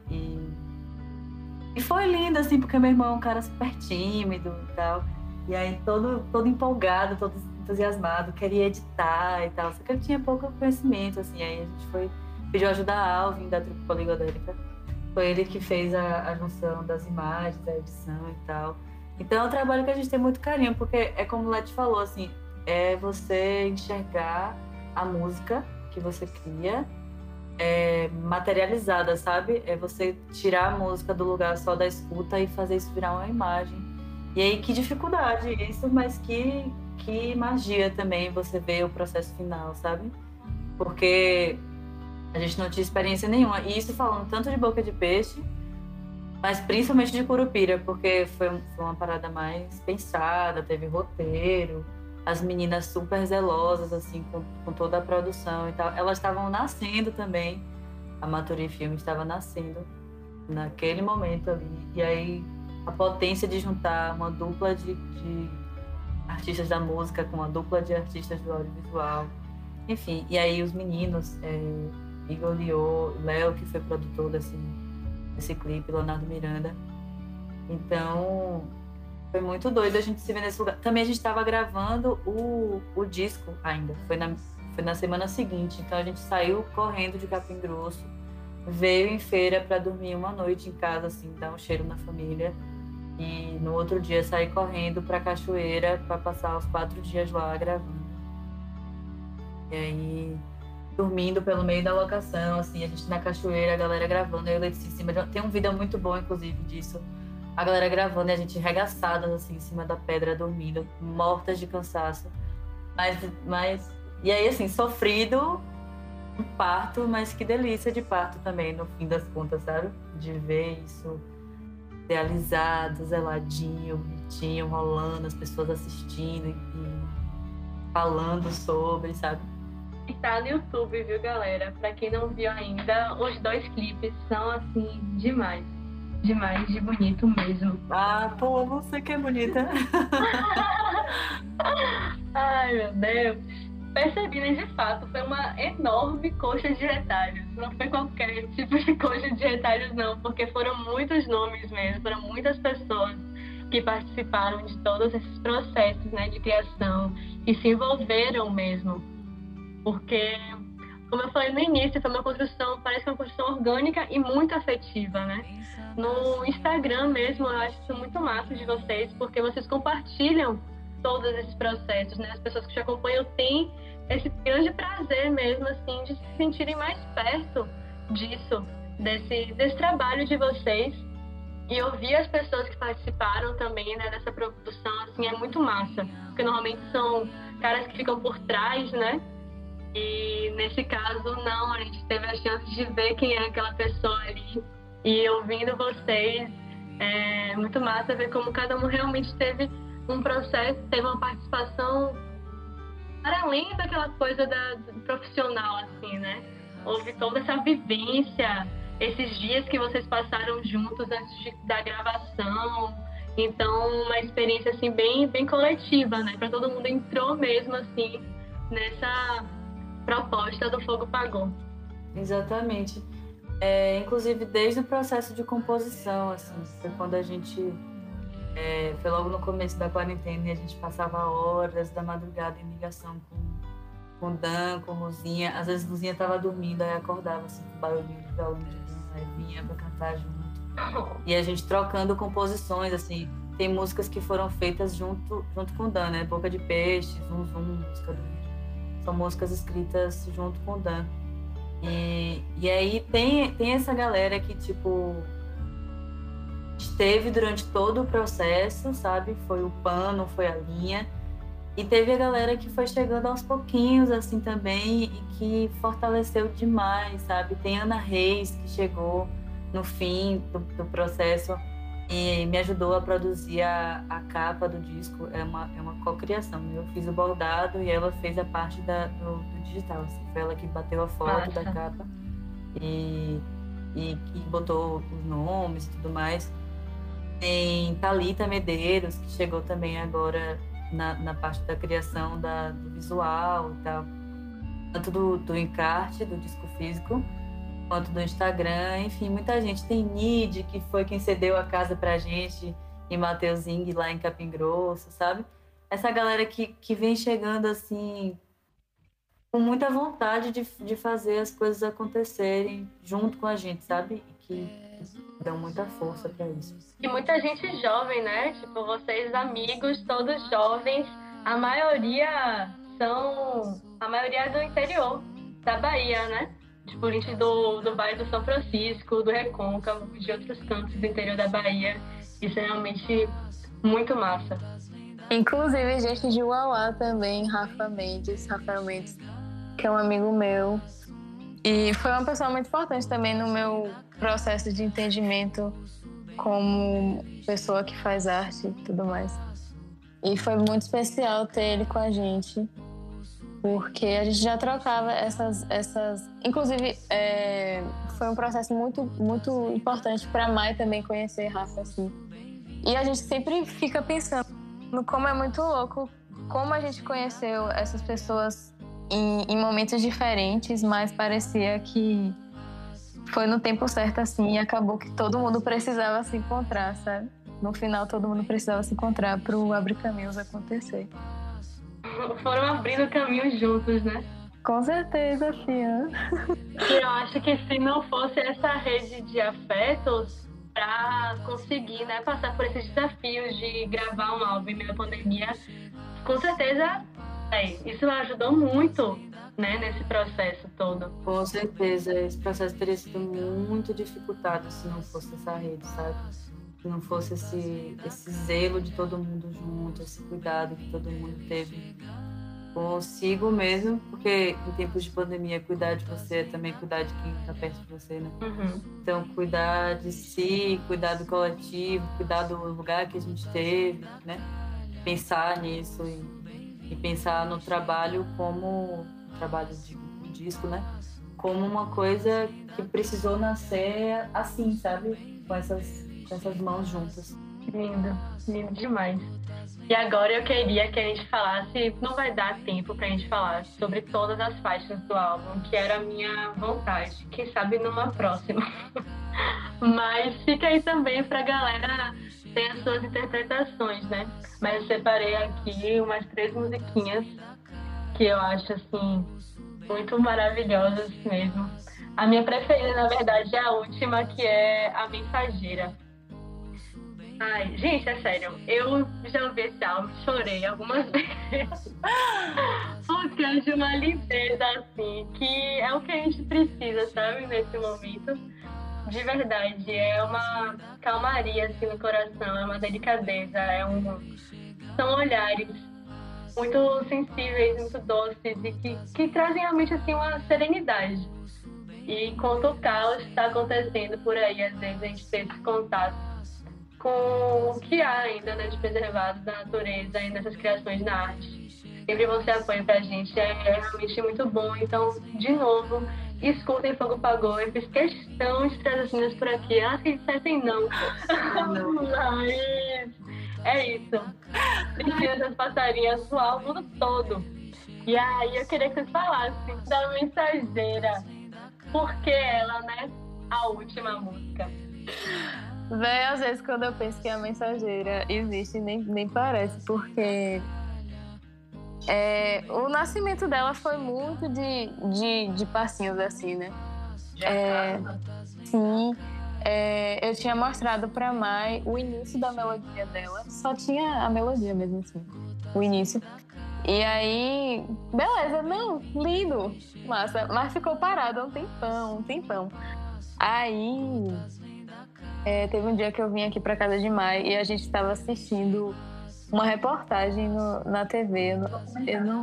foi lindo, assim, porque meu irmão é um cara super tímido e tal. E aí todo empolgado, todo entusiasmado, queria editar e tal. Só que ele tinha pouco conhecimento, assim. Aí a gente pediu ajuda a Alvin, da Trupe Poligodélica. Foi ele que fez a junção das imagens, a edição e tal. Então é um trabalho que a gente tem muito carinho, porque é como o Leti falou, assim, é você enxergar a música que você cria materializada, sabe? É você tirar a música do lugar só da escuta e fazer isso virar uma imagem. E aí, que dificuldade isso, mas que magia também você vê o processo final, sabe? Porque a gente não tinha experiência nenhuma. E isso falando tanto de Boca de Peixe, mas principalmente de Curupira, porque foi uma parada mais pensada, teve roteiro, as meninas super zelosas, assim, com toda a produção e tal. Elas estavam nascendo também, a Maturi Filmes estava nascendo naquele momento ali. E aí, a potência de juntar uma dupla de artistas da música com uma dupla de artistas do audiovisual. Enfim, e aí os meninos, Igor Lio, Léo, que foi produtor desse clipe, Leonardo Miranda. Então, foi muito doido a gente se ver nesse lugar. Também a gente estava gravando o disco ainda. Foi na semana seguinte. Então a gente saiu correndo de Capim Grosso, veio em Feira para dormir uma noite em casa, assim, dar um cheiro na família. E no outro dia saí correndo para Cachoeira para passar os 4 dias lá gravando. E aí, dormindo pelo meio da locação, assim, a gente na Cachoeira, a galera gravando, eu e Letícia em cima. Tem um vídeo muito bom, inclusive, disso. A galera gravando e a gente regaçadas, assim, em cima da pedra, dormindo, mortas de cansaço. Mas E aí, assim, sofrido um parto, mas que delícia de parto também, no fim das contas, sabe? De ver isso realizado, zeladinho, bonitinho, rolando, as pessoas assistindo e falando sobre, sabe? E tá no YouTube, viu, galera? Pra quem não viu ainda, os 2 clipes são, assim, demais. Demais de bonito mesmo. Ah, pô, você que é bonita. Ai, meu Deus. Percebi, né? De fato, foi uma enorme coxa de retalhos. Não foi qualquer tipo de coxa de retalhos, não, porque foram muitos nomes mesmo, foram muitas pessoas que participaram de todos esses processos, né, de criação e se envolveram mesmo. Porque, como eu falei no início, foi uma construção, parece que é uma construção orgânica e muito afetiva, né? No Instagram mesmo, eu acho isso muito massa de vocês, porque vocês compartilham todos esses processos, né? As pessoas que te acompanham têm esse grande prazer mesmo, assim, de se sentirem mais perto disso, desse trabalho de vocês. E ouvir as pessoas que participaram também, né, dessa produção, assim, é muito massa. Porque normalmente são caras que ficam por trás, né? E nesse caso, não, a gente teve a chance de ver quem é aquela pessoa ali. E ouvindo vocês, é muito massa ver como cada um realmente teve um processo, teve uma participação para além daquela coisa do profissional, assim, né? Houve toda essa vivência, esses dias que vocês passaram juntos antes da gravação. Então, uma experiência, assim, bem, bem coletiva, né? Para todo mundo entrou mesmo, assim, nessa proposta do Fogo Pagou. Exatamente. Inclusive, desde o processo de composição, assim, foi quando a gente... foi logo no começo da quarentena e a gente passava horas da madrugada em ligação com Dan, com Luzinha. Às vezes Luzinha estava dormindo, aí acordava assim, com o barulhinho do violão de Dan, aí vinha para cantar junto. E a gente trocando composições, assim. Tem músicas que foram feitas junto com Dan, né? Boca de Peixe, Zum Zum, música do Rio. São músicas escritas junto com Dan. E aí tem essa galera que, tipo, esteve durante todo o processo, sabe? Foi o pano, foi a linha. E teve a galera que foi chegando aos pouquinhos, assim, também, e que fortaleceu demais, sabe? Tem Ana Reis, que chegou no fim do processo e me ajudou a produzir a capa do disco. É uma cocriação. Eu fiz o bordado e ela fez a parte do digital. Assim. Foi ela que bateu a foto da capa e botou os nomes e tudo mais. Tem Thalita Medeiros, que chegou também agora na parte da criação do visual e tal. Tanto do encarte, do disco físico, quanto do Instagram. Enfim, muita gente. Tem Nid, que foi quem cedeu a casa pra gente, e Matheus Zing lá em Capim Grosso, sabe? Essa galera que vem chegando assim com muita vontade de fazer as coisas acontecerem junto com a gente, sabe? E que dão muita força para isso. E muita gente jovem, né? Tipo, vocês amigos, todos jovens, a maioria é do interior da Bahia, né? Tipo, gente do Vale do São Francisco, do Recôncavo, de outros cantos do interior da Bahia. Isso é realmente muito massa. Inclusive, gente de Uauá também, Rafael Mendes, que é um amigo meu. E foi uma pessoa muito importante também no meu processo de entendimento como pessoa que faz arte e tudo mais. E foi muito especial ter ele com a gente, porque a gente já trocava essas... Inclusive, foi um processo muito, muito importante para a Mai também conhecer Rafa, assim. E a gente sempre fica pensando no como é muito louco, como a gente conheceu essas pessoas em momentos diferentes, mas parecia que foi no tempo certo, assim, e acabou que todo mundo precisava se encontrar, sabe? No final, todo mundo precisava se encontrar para o Abre Caminhos acontecer. Foram abrindo caminhos juntos, né? Com certeza, Fia. E eu acho que se não fosse essa rede de afetos para conseguir, né, passar por esses desafios de gravar um álbum em meio à pandemia, com certeza isso ajudou muito, né, nesse processo todo. Com certeza, esse processo teria sido muito dificultado se não fosse essa rede, sabe? Se não fosse esse zelo de todo mundo junto, esse cuidado que todo mundo teve consigo mesmo, porque em tempos de pandemia, cuidar de você é também cuidar de quem está perto de você, né? Então, cuidar de si, cuidar do coletivo, cuidar do lugar que a gente teve, né? Pensar nisso e pensar no trabalho como trabalho de disco, né? Como uma coisa que precisou nascer assim, sabe? Com essas mãos juntas. Lindo, lindo demais. E agora eu queria que a gente falasse, não vai dar tempo pra gente falar sobre todas as faixas do álbum, que era a minha vontade, quem sabe numa próxima. Mas fica aí também pra galera ter as suas interpretações, né? Mas eu separei aqui umas 3 musiquinhas que eu acho, assim, muito maravilhosas mesmo. A minha preferida, na verdade, é a última, que é A Mensageira. Ai, gente, é sério, eu já ouvi esse álbum, chorei algumas vezes. Porque é de uma limpeza, assim, que é o que a gente precisa, sabe, nesse momento. De verdade, é uma calmaria, assim, no coração, é uma delicadeza, são olhares muito sensíveis, muito doces e que trazem realmente, assim, uma serenidade. E enquanto o caos está acontecendo por aí, às vezes a gente tem esse contato com o que há ainda, né, de preservado da natureza e nessas criações na arte. Sempre você apoia pra gente, é realmente muito bom. Então, de novo, escutem Fogo Pagou. Eu fiz questão de trazer as meninas por aqui. Elas que dissessem não. Mas é isso. Precisa das passarinhas voar o mundo todo. E aí eu queria que vocês falassem da Mensageira. Por que ela, né? A última música. Véi, às vezes quando eu penso que a Mensageira existe, nem parece, porque o nascimento dela foi muito de passinhos, assim, né? Sim. Eu tinha mostrado pra Mai o início da melodia dela, só tinha a melodia mesmo, assim, o início. E aí, beleza, não, lindo, massa, mas ficou parado um tempão. Aí, teve um dia que eu vim aqui pra casa de Mai e a gente estava assistindo uma reportagem na TV, eu não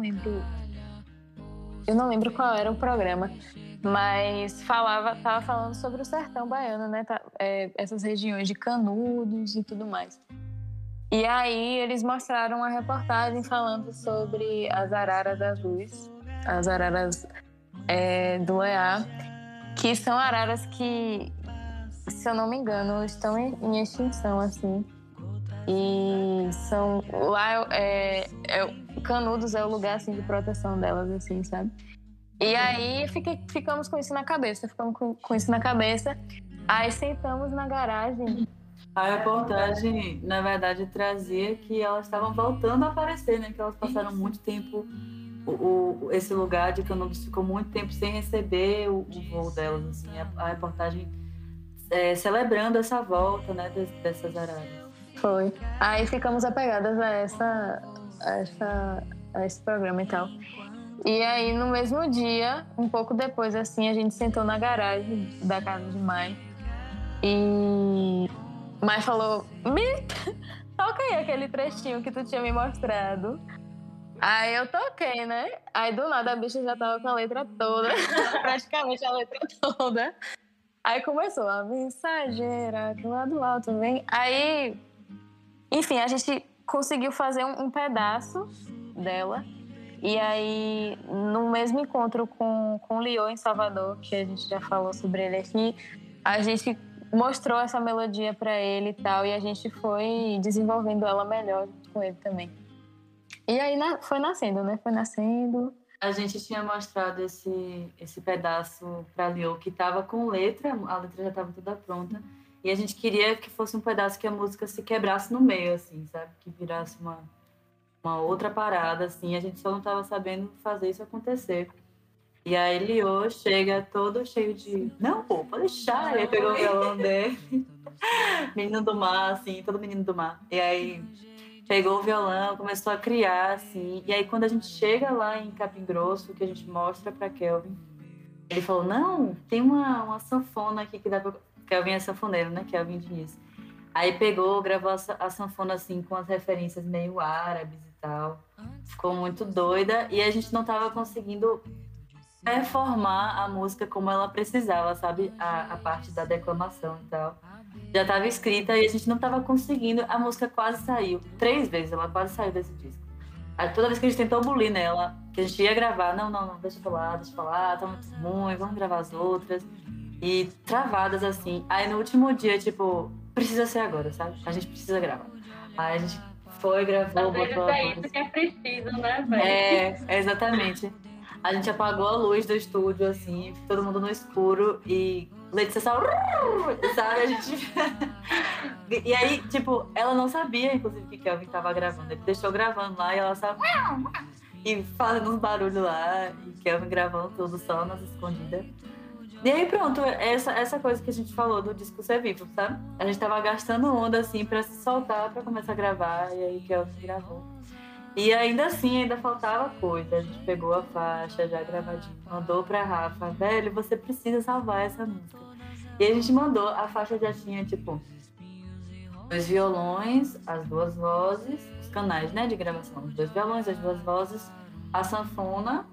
lembro qual era o programa, mas tava falando sobre o sertão baiano, né? Essas regiões de Canudos e tudo mais. E aí eles mostraram uma reportagem falando sobre as araras azuis, as araras do Leá, que são araras que, se eu não me engano, estão em extinção, assim. E são... Lá Canudos é o lugar, assim, de proteção delas, assim, sabe? E aí ficamos com isso na cabeça, Aí sentamos na garagem. A reportagem, na verdade, trazia que elas estavam voltando a aparecer, né? Que elas passaram muito tempo... esse lugar de Canudos ficou muito tempo sem receber o voo delas, assim. A reportagem celebrando essa volta, né? Dessas araras. Foi. Aí ficamos apegadas a esse programa e tal. E aí, no mesmo dia, um pouco depois, assim, a gente sentou na garagem da casa de Mai. E Mai falou, toca aí aquele trechinho que tu tinha me mostrado. Aí eu toquei, né? Aí do nada a bicha já tava com a letra toda, praticamente a letra toda. Aí começou a mensageira do lado alto, vem. Aí, enfim, a gente conseguiu fazer um pedaço dela. E aí, no mesmo encontro com o Lio em Salvador, que a gente já falou sobre ele aqui, a gente mostrou essa melodia pra ele e tal, e a gente foi desenvolvendo ela melhor com ele também. E aí foi nascendo, né? A gente tinha mostrado esse pedaço pra Lio, que tava com letra, a letra já tava toda pronta, e a gente queria que fosse um pedaço que a música se quebrasse no meio, assim, sabe? Que virasse uma outra parada, assim, a gente só não tava sabendo fazer isso acontecer. E aí Lio chega todo cheio de... Não, pô, pode deixar. E aí pegou o violão dele. Menino do mar, assim, todo menino do mar. E aí pegou o violão, começou a criar, assim. E aí quando a gente chega lá em Capim Grosso, que a gente mostra pra Kelvin, ele falou, não, tem uma sanfona aqui que dá pra... Kelvin é sanfoneiro, né? Kelvin Diniz. Aí pegou, gravou a sanfona, assim, com as referências meio árabes e tal. Ficou muito doida e a gente não tava conseguindo performar a música como ela precisava, sabe? A parte da declamação e tal. Já tava escrita e a gente não tava conseguindo. A música quase saiu. 3 vezes ela quase saiu desse disco. Aí toda vez que a gente tentou bulir nela, que a gente ia gravar, não, deixa eu falar, tá muito ruim, vamos gravar as outras. E travadas assim. Aí no último dia, tipo, precisa ser agora, sabe? A gente precisa gravar. Aí a gente foi, gravou, botou a isso que é preciso, né, velho? Exatamente. A gente apagou a luz do estúdio, assim, todo mundo no escuro e Letícia só... Sabe, a gente... E aí, tipo, ela não sabia, inclusive, que Kelvin tava gravando. Ele deixou gravando lá e ela só... E fazendo uns barulhos lá, e Kelvin gravando tudo só nas escondidas. E aí, pronto, essa coisa que a gente falou do disco ser vivo, sabe? A gente tava gastando onda, assim, pra se soltar, pra começar a gravar, e aí Kelvin gravou. E ainda assim, ainda faltava coisa. A gente pegou a faixa já gravadinha, mandou pra Rafa, velho, você precisa salvar essa música. E a gente mandou, a faixa já tinha, tipo, 2 violões, as 2 vozes, os canais, né, de gravação. Os 2 violões, as 2 vozes, a sanfona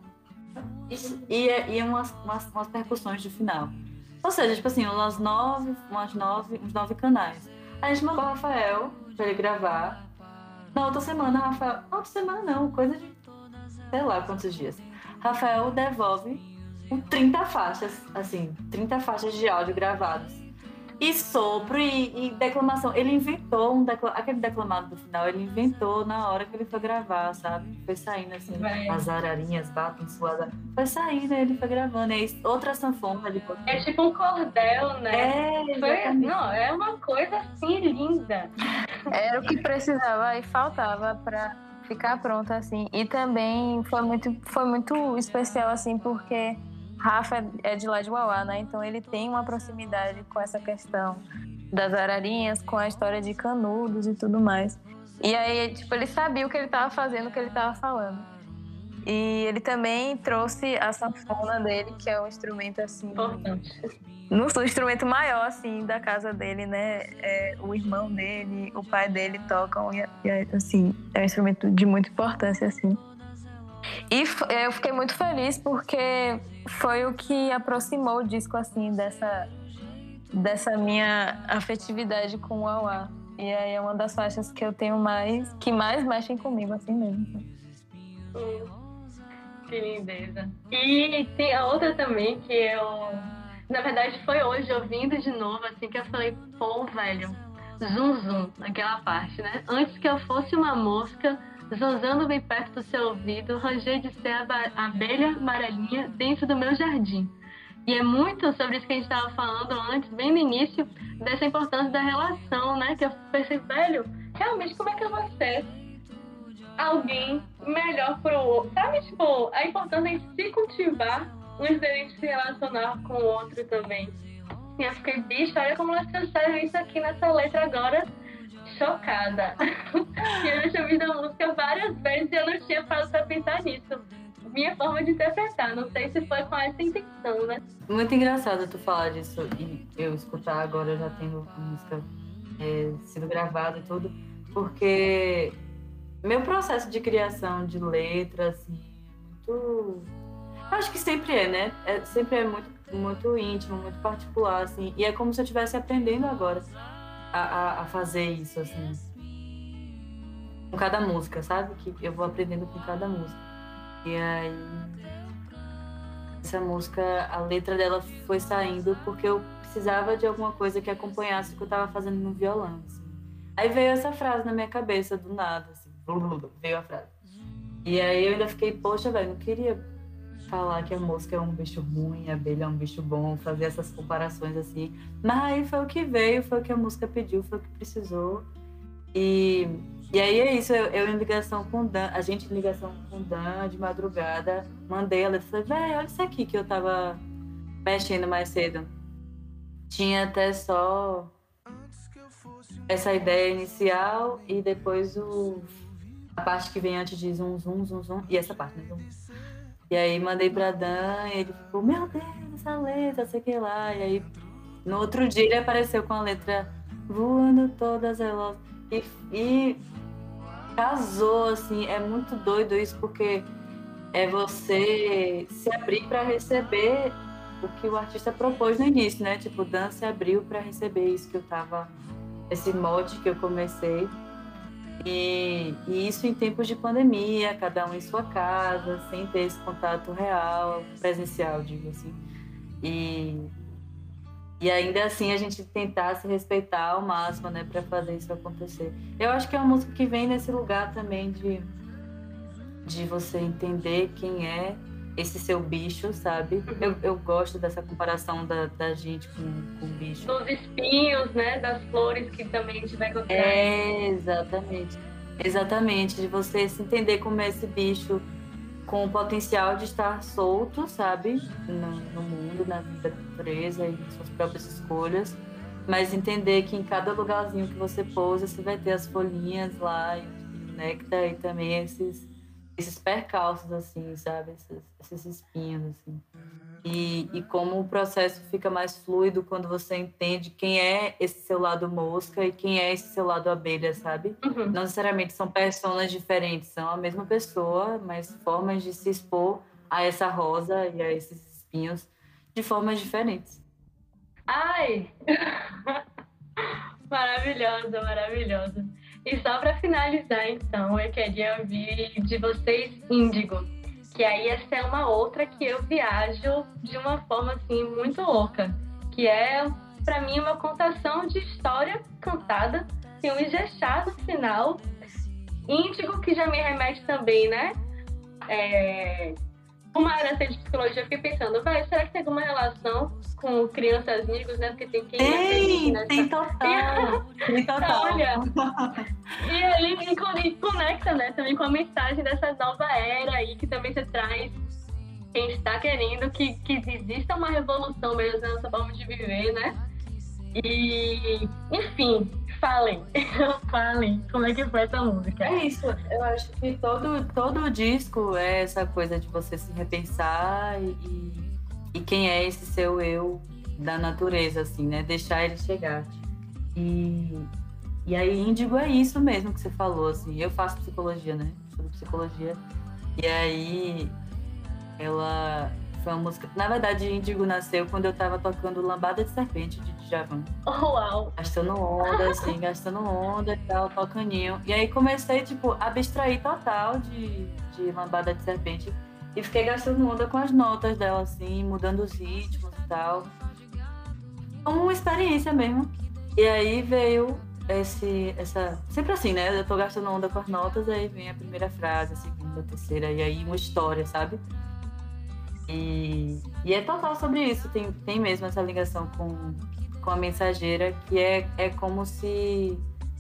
e umas percussões de final. Ou seja, tipo assim, uns 9 canais. Aí a gente mandou o Rafael pra ele gravar. Na outra semana, Rafael... Outra semana não, coisa de... sei lá quantos dias. Rafael devolve com 30 faixas, assim, 30 faixas de áudio gravadas. E sopro e declamação. Ele inventou aquele declamado do final, ele inventou na hora que ele foi gravar, sabe? Foi saindo assim, as ararinhas batem suas... Foi saindo, ele foi gravando. E aí, outra sanfona depois. É tipo um cordel, né? Não, é uma coisa assim linda. Era o que precisava e faltava pra ficar pronta, assim. E também foi muito especial, assim, porque Rafa é de lá de Uauá, né? Então ele tem uma proximidade com essa questão das ararinhas, com a história de Canudos e tudo mais. E aí, tipo, ele sabia o que ele estava fazendo, o que ele estava falando. E ele também trouxe a sanfona dele, que é um instrumento, assim... importante. O instrumento maior, assim, da casa dele, né? O irmão dele, o pai dele tocam e assim, é um instrumento de muita importância, assim. E eu fiquei muito feliz porque foi o que aproximou o disco, assim, dessa minha afetividade com o Uauá. E aí é uma das faixas que eu tenho que mais mexem comigo, assim mesmo. Que lindeza. E tem a outra também que eu... Na verdade, foi hoje, ouvindo de novo, assim, que eu falei, pô, velho, zum, zum, naquela parte, né? Antes que eu fosse uma mosca, zonzando bem perto do seu ouvido, rangei de ser a abelha amarelinha dentro do meu jardim. E é muito sobre isso que a gente estava falando antes, bem no início, dessa importância da relação, né? Que eu pensei, velho, realmente, como é que eu vou ser alguém melhor pro outro? Sabe, tipo, a importância de se cultivar antes da gente se relacionar com o outro também. E eu fiquei, bicho, olha como elas trouxeram isso aqui nessa letra agora, chocada. E eu já tinha ouvido a música várias vezes e eu não tinha parado pra pensar nisso. Minha forma de interpretar, não sei se foi com essa intenção, né? Muito engraçado tu falar disso e eu escutar agora já tendo a música sido gravada e tudo, porque meu processo de criação de letras, assim, muito... Acho que sempre né? Sempre é muito, muito íntimo, muito particular, assim. E é como se eu estivesse aprendendo agora a fazer isso, assim. Com cada música, sabe? Que eu vou aprendendo com cada música. E aí... Essa música, a letra dela foi saindo porque eu precisava de alguma coisa que acompanhasse o que eu tava fazendo no violão, assim. Aí veio essa frase na minha cabeça, do nada, assim. Veio a frase. E aí eu ainda fiquei, poxa, velho, não queria... falar que a mosca é um bicho ruim, a abelha é um bicho bom, fazer essas comparações assim. Mas aí foi o que veio, foi o que a música pediu, foi o que precisou. E aí é isso, eu em ligação com o Dan, a gente em ligação com o Dan, de madrugada, mandei ela e falei, velho, olha isso aqui que eu tava mexendo mais cedo. Tinha até só essa ideia inicial e depois a parte que vem antes de zum, zum, zum, zum, e essa parte, né? Zum. E aí mandei pra Dan e ele ficou, meu Deus, essa letra, sei que lá. E aí no outro dia ele apareceu com a letra voando todas elas. E casou, assim, é muito doido isso, porque é você se abrir para receber o que o artista propôs no início, né? Tipo, o Dan se abriu para receber isso que eu tava, esse mote que eu comecei. E isso em tempos de pandemia, cada um em sua casa, sem ter esse contato real, presencial, digo assim. E ainda assim a gente tentar se respeitar ao máximo, né, para fazer isso acontecer. Eu acho que é uma música que vem nesse lugar também de você entender quem é esse seu bicho, sabe? Eu gosto dessa comparação da gente com o bicho. Dos espinhos, né? Das flores que também a gente vai encontrar. Exatamente. Exatamente, de você se entender como esse bicho com o potencial de estar solto, sabe? No mundo, na vida da natureza e suas próprias escolhas. Mas entender que em cada lugarzinho que você pousa, você vai ter as folhinhas lá e o néctar e também esses percalços, assim, sabe? Esses espinhos, assim. E como o processo fica mais fluido quando você entende quem é esse seu lado mosca e quem é esse seu lado abelha, sabe? Não necessariamente são personas diferentes, são a mesma pessoa, mas formas de se expor a essa rosa e a esses espinhos de formas diferentes. Ai! Maravilhosa, maravilhosa. E só para finalizar, então, eu queria ouvir de vocês Índigo, que aí essa é uma outra que eu viajo de uma forma, assim, muito louca, que é, para mim, uma contação de história cantada, tem um ijexá no final, Índigo, que já me remete também, né? Uma área de psicologia, eu fiquei pensando, será que tem alguma relação com crianças índigos, né? Porque tem quem tem total. Tem total. Olha, e ele conecta, né, também com a mensagem dessa nova era aí, que também você traz quem está querendo que exista uma revolução mesmo na nossa forma de viver, né? E, enfim, falem como é que foi essa música. É isso, eu acho que todo o disco é essa coisa de você se repensar e quem é esse seu eu da natureza, assim, né? Deixar ele chegar. E aí, Índigo é isso mesmo que você falou, assim. Eu faço psicologia, né? Estudo psicologia. E aí, ela foi uma música... Na verdade, Índigo nasceu quando eu tava tocando Lambada de Serpente, de Djavan. Uau! Gastando onda e tal, tocaninho. E aí comecei, tipo, a abstrair total de Lambada de Serpente. E fiquei gastando onda com as notas dela, assim, mudando os ritmos e tal. Como uma experiência mesmo. E aí veio essa... Sempre assim, né? Eu tô gastando onda com as notas, aí vem a primeira frase, a segunda, a terceira, e aí uma história, sabe? E é total sobre isso. Tem mesmo essa ligação com a mensageira, que é como se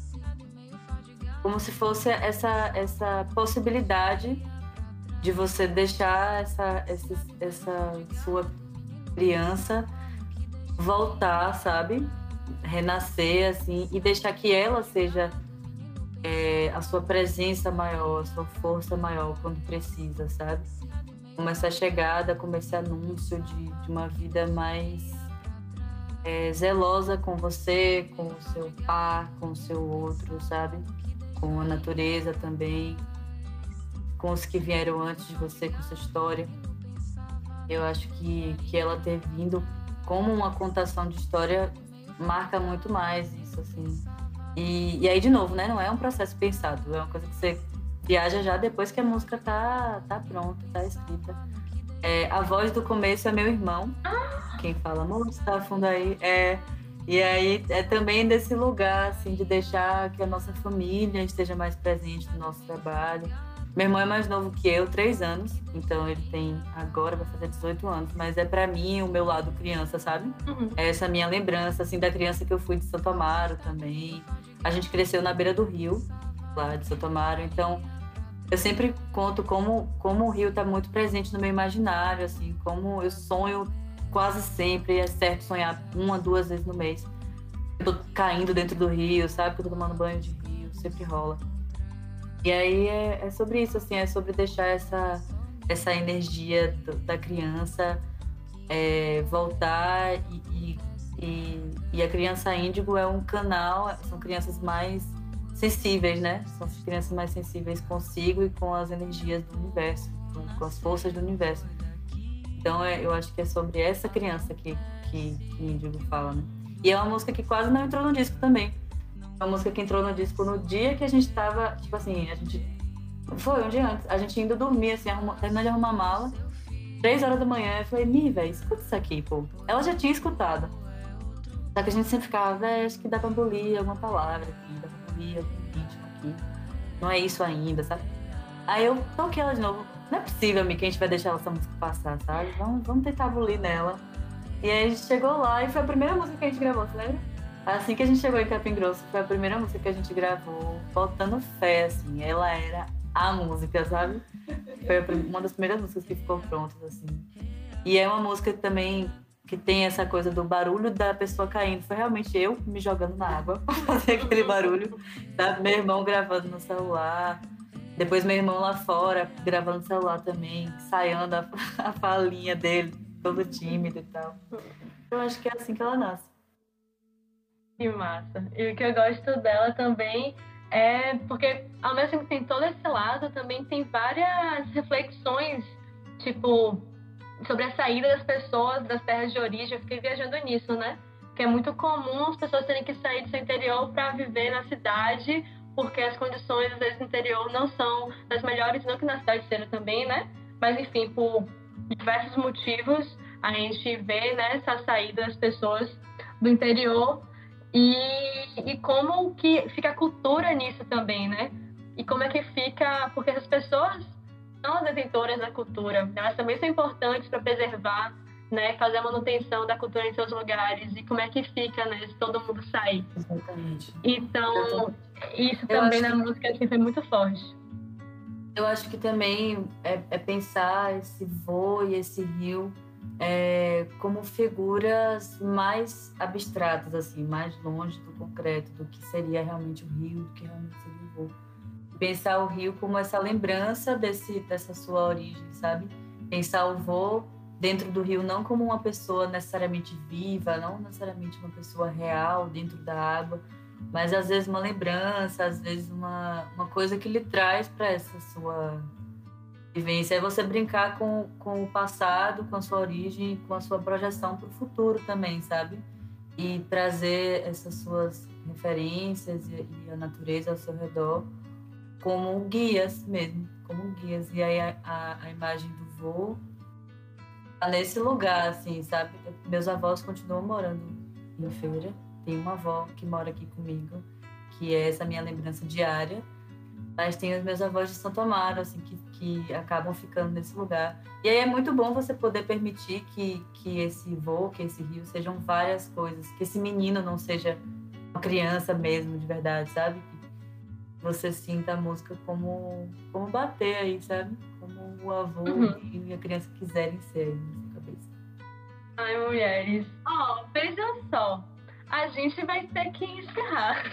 fosse essa possibilidade de você deixar essa sua criança voltar, sabe? Renascer, assim, e deixar que ela seja a sua presença maior, a sua força maior quando precisa, sabe? Como essa chegada, como esse anúncio de uma vida mais zelosa com você, com o seu par, com o seu outro, sabe? Com a natureza também, com os que vieram antes de você, com sua história. Eu acho que ela ter vindo como uma contação de história marca muito mais isso, assim. E aí, de novo, né? Não é um processo pensado, é uma coisa que você viaja já depois que a música tá pronta, tá escrita. A voz do começo é meu irmão, quem fala, amor, você tá fundo aí. E aí é também desse lugar, assim, de deixar que a nossa família esteja mais presente no nosso trabalho. Meu irmão é mais novo que eu, 3 anos, então ele agora vai fazer 18 anos, mas é pra mim o meu lado criança, sabe? É essa minha lembrança, assim, da criança que eu fui de Santo Amaro também. A gente cresceu na beira do rio, lá de Santo Amaro, então eu sempre conto como o rio tá muito presente no meu imaginário, assim, como eu sonho quase sempre, é certo sonhar 1 a 2 vezes no mês. Eu tô caindo dentro do rio, sabe? Eu tô tomando banho de rio, sempre rola. E aí é sobre isso, assim, é sobre deixar essa energia da criança voltar e a criança índigo é um canal, são crianças mais sensíveis, né? São crianças mais sensíveis consigo e com as energias do universo, com as forças do universo. Então, eu acho que é sobre essa criança que Índigo fala, né? E é uma música que quase não entrou no disco também. É uma música que entrou no disco no dia que a gente tava, tipo assim, foi um dia antes, a gente indo dormir, assim, terminando de arrumar a mala, 3 horas da manhã, eu falei, velho, escuta isso aqui, pô. Ela já tinha escutado. Só que a gente sempre ficava, velho, acho que dá pra abolir alguma palavra aqui, dá pra abolir algum ritmo aqui. Não é isso ainda, sabe? Aí eu toquei ela de novo. Não é possível, amiga, que a gente vai deixar essa música passar, sabe? Vamos tentar abolir nela. E aí a gente chegou lá e foi a primeira música que a gente gravou, você lembra? Assim que a gente chegou em Capim Grosso, foi a primeira música que a gente gravou, botando fé, assim. Ela era a música, sabe? Foi uma das primeiras músicas que ficou pronta, assim. E é uma música também que tem essa coisa do barulho da pessoa caindo. Foi realmente eu me jogando na água pra fazer aquele barulho, sabe? Meu irmão gravando no celular. Depois meu irmão lá fora, gravando no celular também, ensaiando a falinha dele, todo tímido e tal. Eu acho que é assim que ela nasce. Que massa. E o que eu gosto dela também é porque, ao mesmo tempo que tem todo esse lado, também tem várias reflexões, tipo, sobre a saída das pessoas das terras de origem. Eu fiquei viajando nisso, né? Que é muito comum as pessoas terem que sair do seu interior para viver na cidade, porque as condições, às vezes, no interior não são das melhores, não que na cidade seja também, né? Mas, enfim, por diversos motivos, a gente vê, né, essa saída das pessoas do interior e como que fica a cultura nisso também, né? E como é que fica... Porque essas pessoas são as detentoras da cultura. Elas também são importantes para preservar, né, fazer a manutenção da cultura em seus lugares. E como é que fica, né, se todo mundo sair. Exatamente. Então, isso também na música assim, foi muito forte. Eu acho que também é pensar esse vô e esse rio como figuras mais abstratas, assim, mais longe do concreto, do que seria realmente o rio, do que realmente seria o vô. Pensar o rio como essa lembrança dessa sua origem, sabe? Pensar o vô dentro do rio não como uma pessoa necessariamente viva, não necessariamente uma pessoa real dentro da água, mas às vezes uma lembrança, às vezes uma coisa que lhe traz para essa sua vivência. É você brincar com o passado, com a sua origem, com a sua projeção para o futuro também, sabe? E trazer essas suas referências e a natureza ao seu redor como guias mesmo, como guias. E aí a imagem do vô tá nesse lugar, assim, sabe? Meus avós continuam morando em Feira. Tem uma avó que mora aqui comigo, que é essa minha lembrança diária. Mas tem os meus avós de Santo Amaro, assim, que acabam ficando nesse lugar. E aí é muito bom você poder permitir que esse vô, que esse rio, sejam várias coisas. Que esse menino não seja uma criança mesmo, de verdade, sabe? Que você sinta a música como bater aí, sabe? Como o avô e a criança quiserem ser aí na sua cabeça. Ai, mulheres. Ó, vejam só. A gente vai ter que encerrar.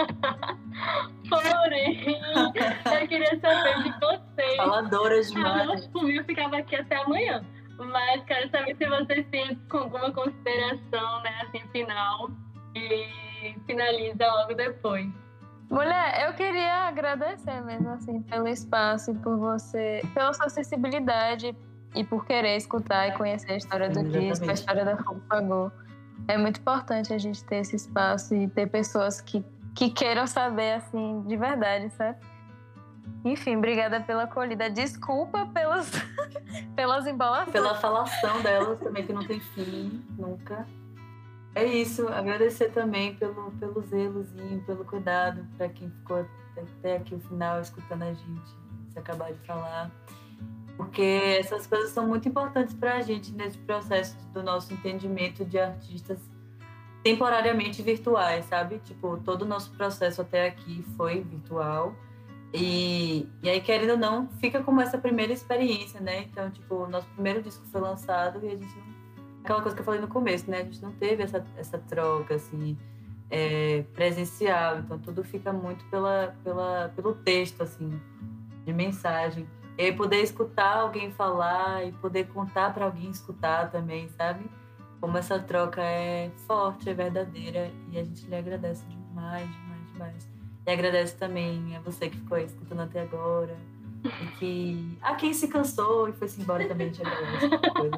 Porém, eu queria saber de vocês. Faladoras demais. Por mim, eu ficava aqui até amanhã. Mas quero saber se vocês têm alguma consideração, né, assim, final. E finaliza logo depois. Mulher, eu queria agradecer mesmo, assim, pelo espaço e por você, pela sua sensibilidade e por querer escutar e conhecer a história do disco, a história da Fogo Pagou. É muito importante a gente ter esse espaço e ter pessoas que queiram saber, assim, de verdade, sabe? Enfim, obrigada pela acolhida. Desculpa pelas embolações. Pela falação delas também, que não tem fim, nunca. É isso, agradecer também pelo zelozinho, pelo cuidado, para quem ficou até aqui o final escutando a gente se acabar de falar. Porque essas coisas são muito importantes para a gente nesse processo do nosso entendimento de artistas temporariamente virtuais, sabe? Tipo, todo o nosso processo até aqui foi virtual. E aí, querendo ou não, fica como essa primeira experiência, né? Então, tipo, o nosso primeiro disco foi lançado e a gente não... Aquela coisa que eu falei no começo, né? A gente não teve essa troca, assim, presencial. Então, tudo fica muito pelo texto, assim, de mensagem. E aí, poder escutar alguém falar e poder contar para alguém escutar também, sabe? Como essa troca é forte, é verdadeira. E a gente lhe agradece demais, demais, demais. E agradeço também a você que ficou aí escutando até agora. E a quem se cansou e foi-se embora também, te agradece.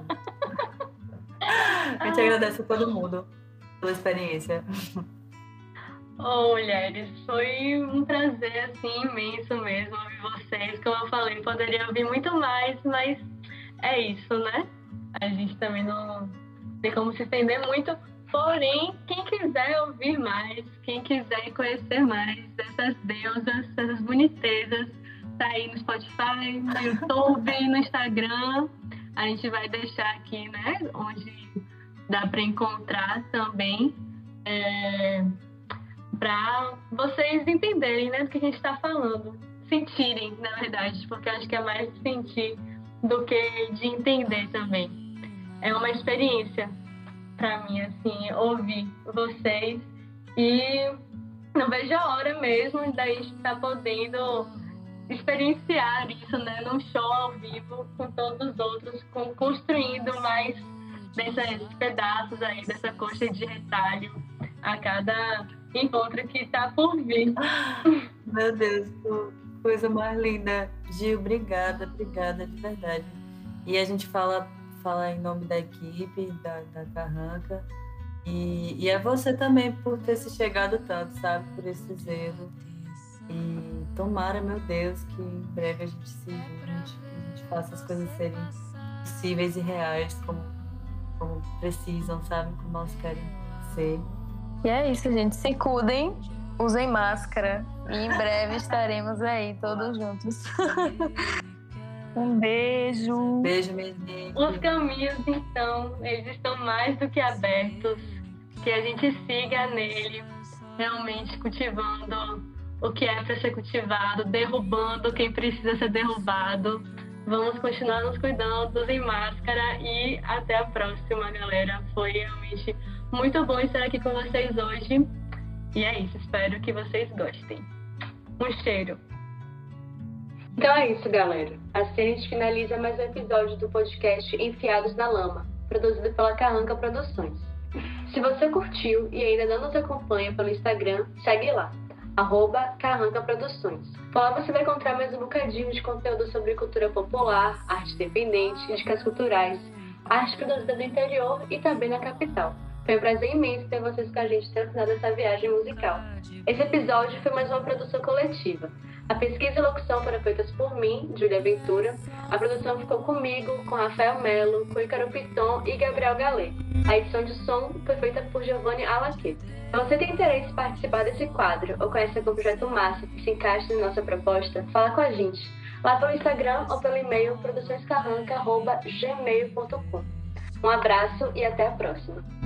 A gente agradece a todo mundo pela experiência. Mulheres, foi um prazer, assim, imenso mesmo ouvir vocês. Como eu falei, poderia ouvir muito mais, mas é isso, né? A gente também não tem como se estender muito. Porém, quem quiser ouvir mais, quem quiser conhecer mais dessas deusas, dessas bonitezas, tá aí no Spotify, no YouTube, no Instagram. A gente vai deixar aqui, né, onde dá para encontrar também, para vocês entenderem, né, do que a gente está falando. Sentirem, na verdade, porque acho que é mais de sentir do que de entender também. É uma experiência para mim, assim, ouvir vocês e não vejo a hora mesmo da gente estar podendo experienciar isso, né, num show ao vivo com todos os outros, construindo mais desses pedaços aí, dessa coxa de retalho a cada encontro que está por vir. Meu Deus, que coisa mais linda. Gil, obrigada de verdade. E a gente fala em nome da equipe, da Carranca. E é você também por ter se chegado tanto, sabe? Por esse zelo. E tomara, meu Deus, que em breve a gente se junte, que a gente faça as coisas serem possíveis e reais, como precisam, sabe? Como elas querem ser. E é isso, gente. Se cuidem, usem máscara. E em breve estaremos aí, todos juntos. Um beijo. Beijo, minha gente. Os caminhos, então, eles estão mais do que abertos. Que a gente siga nele, realmente cultivando o que é para ser cultivado, derrubando quem precisa ser derrubado. Vamos continuar nos cuidando, usem máscara e até a próxima, galera. Foi realmente muito bom estar aqui com vocês hoje. E é isso, espero que vocês gostem. Um cheiro. Então é isso, galera. Assim a gente finaliza mais um episódio do podcast Enfiados na Lama, produzido pela Carranca Produções. Se você curtiu e ainda não nos acompanha pelo Instagram, segue lá, @Carranca Produções. Por lá você vai encontrar mais um bocadinho de conteúdo sobre cultura popular, arte independente, dicas culturais, arte produzida no interior e também na capital. Foi um prazer imenso ter vocês com a gente até o final dessa viagem musical. Esse episódio foi mais uma produção coletiva. A pesquisa e locução foram feitas por mim, Júlia Ventura. A produção ficou comigo, com Rafael Melo, com Ícaro Piton e Gabriel Galé. A edição de som foi feita por Giovanni Alaqueta. Se você tem interesse em participar desse quadro ou conhece algum projeto massa que se encaixe na nossa proposta, fala com a gente, lá pelo Instagram ou pelo e-mail produçõescarranca@gmail.com. Um abraço e até a próxima!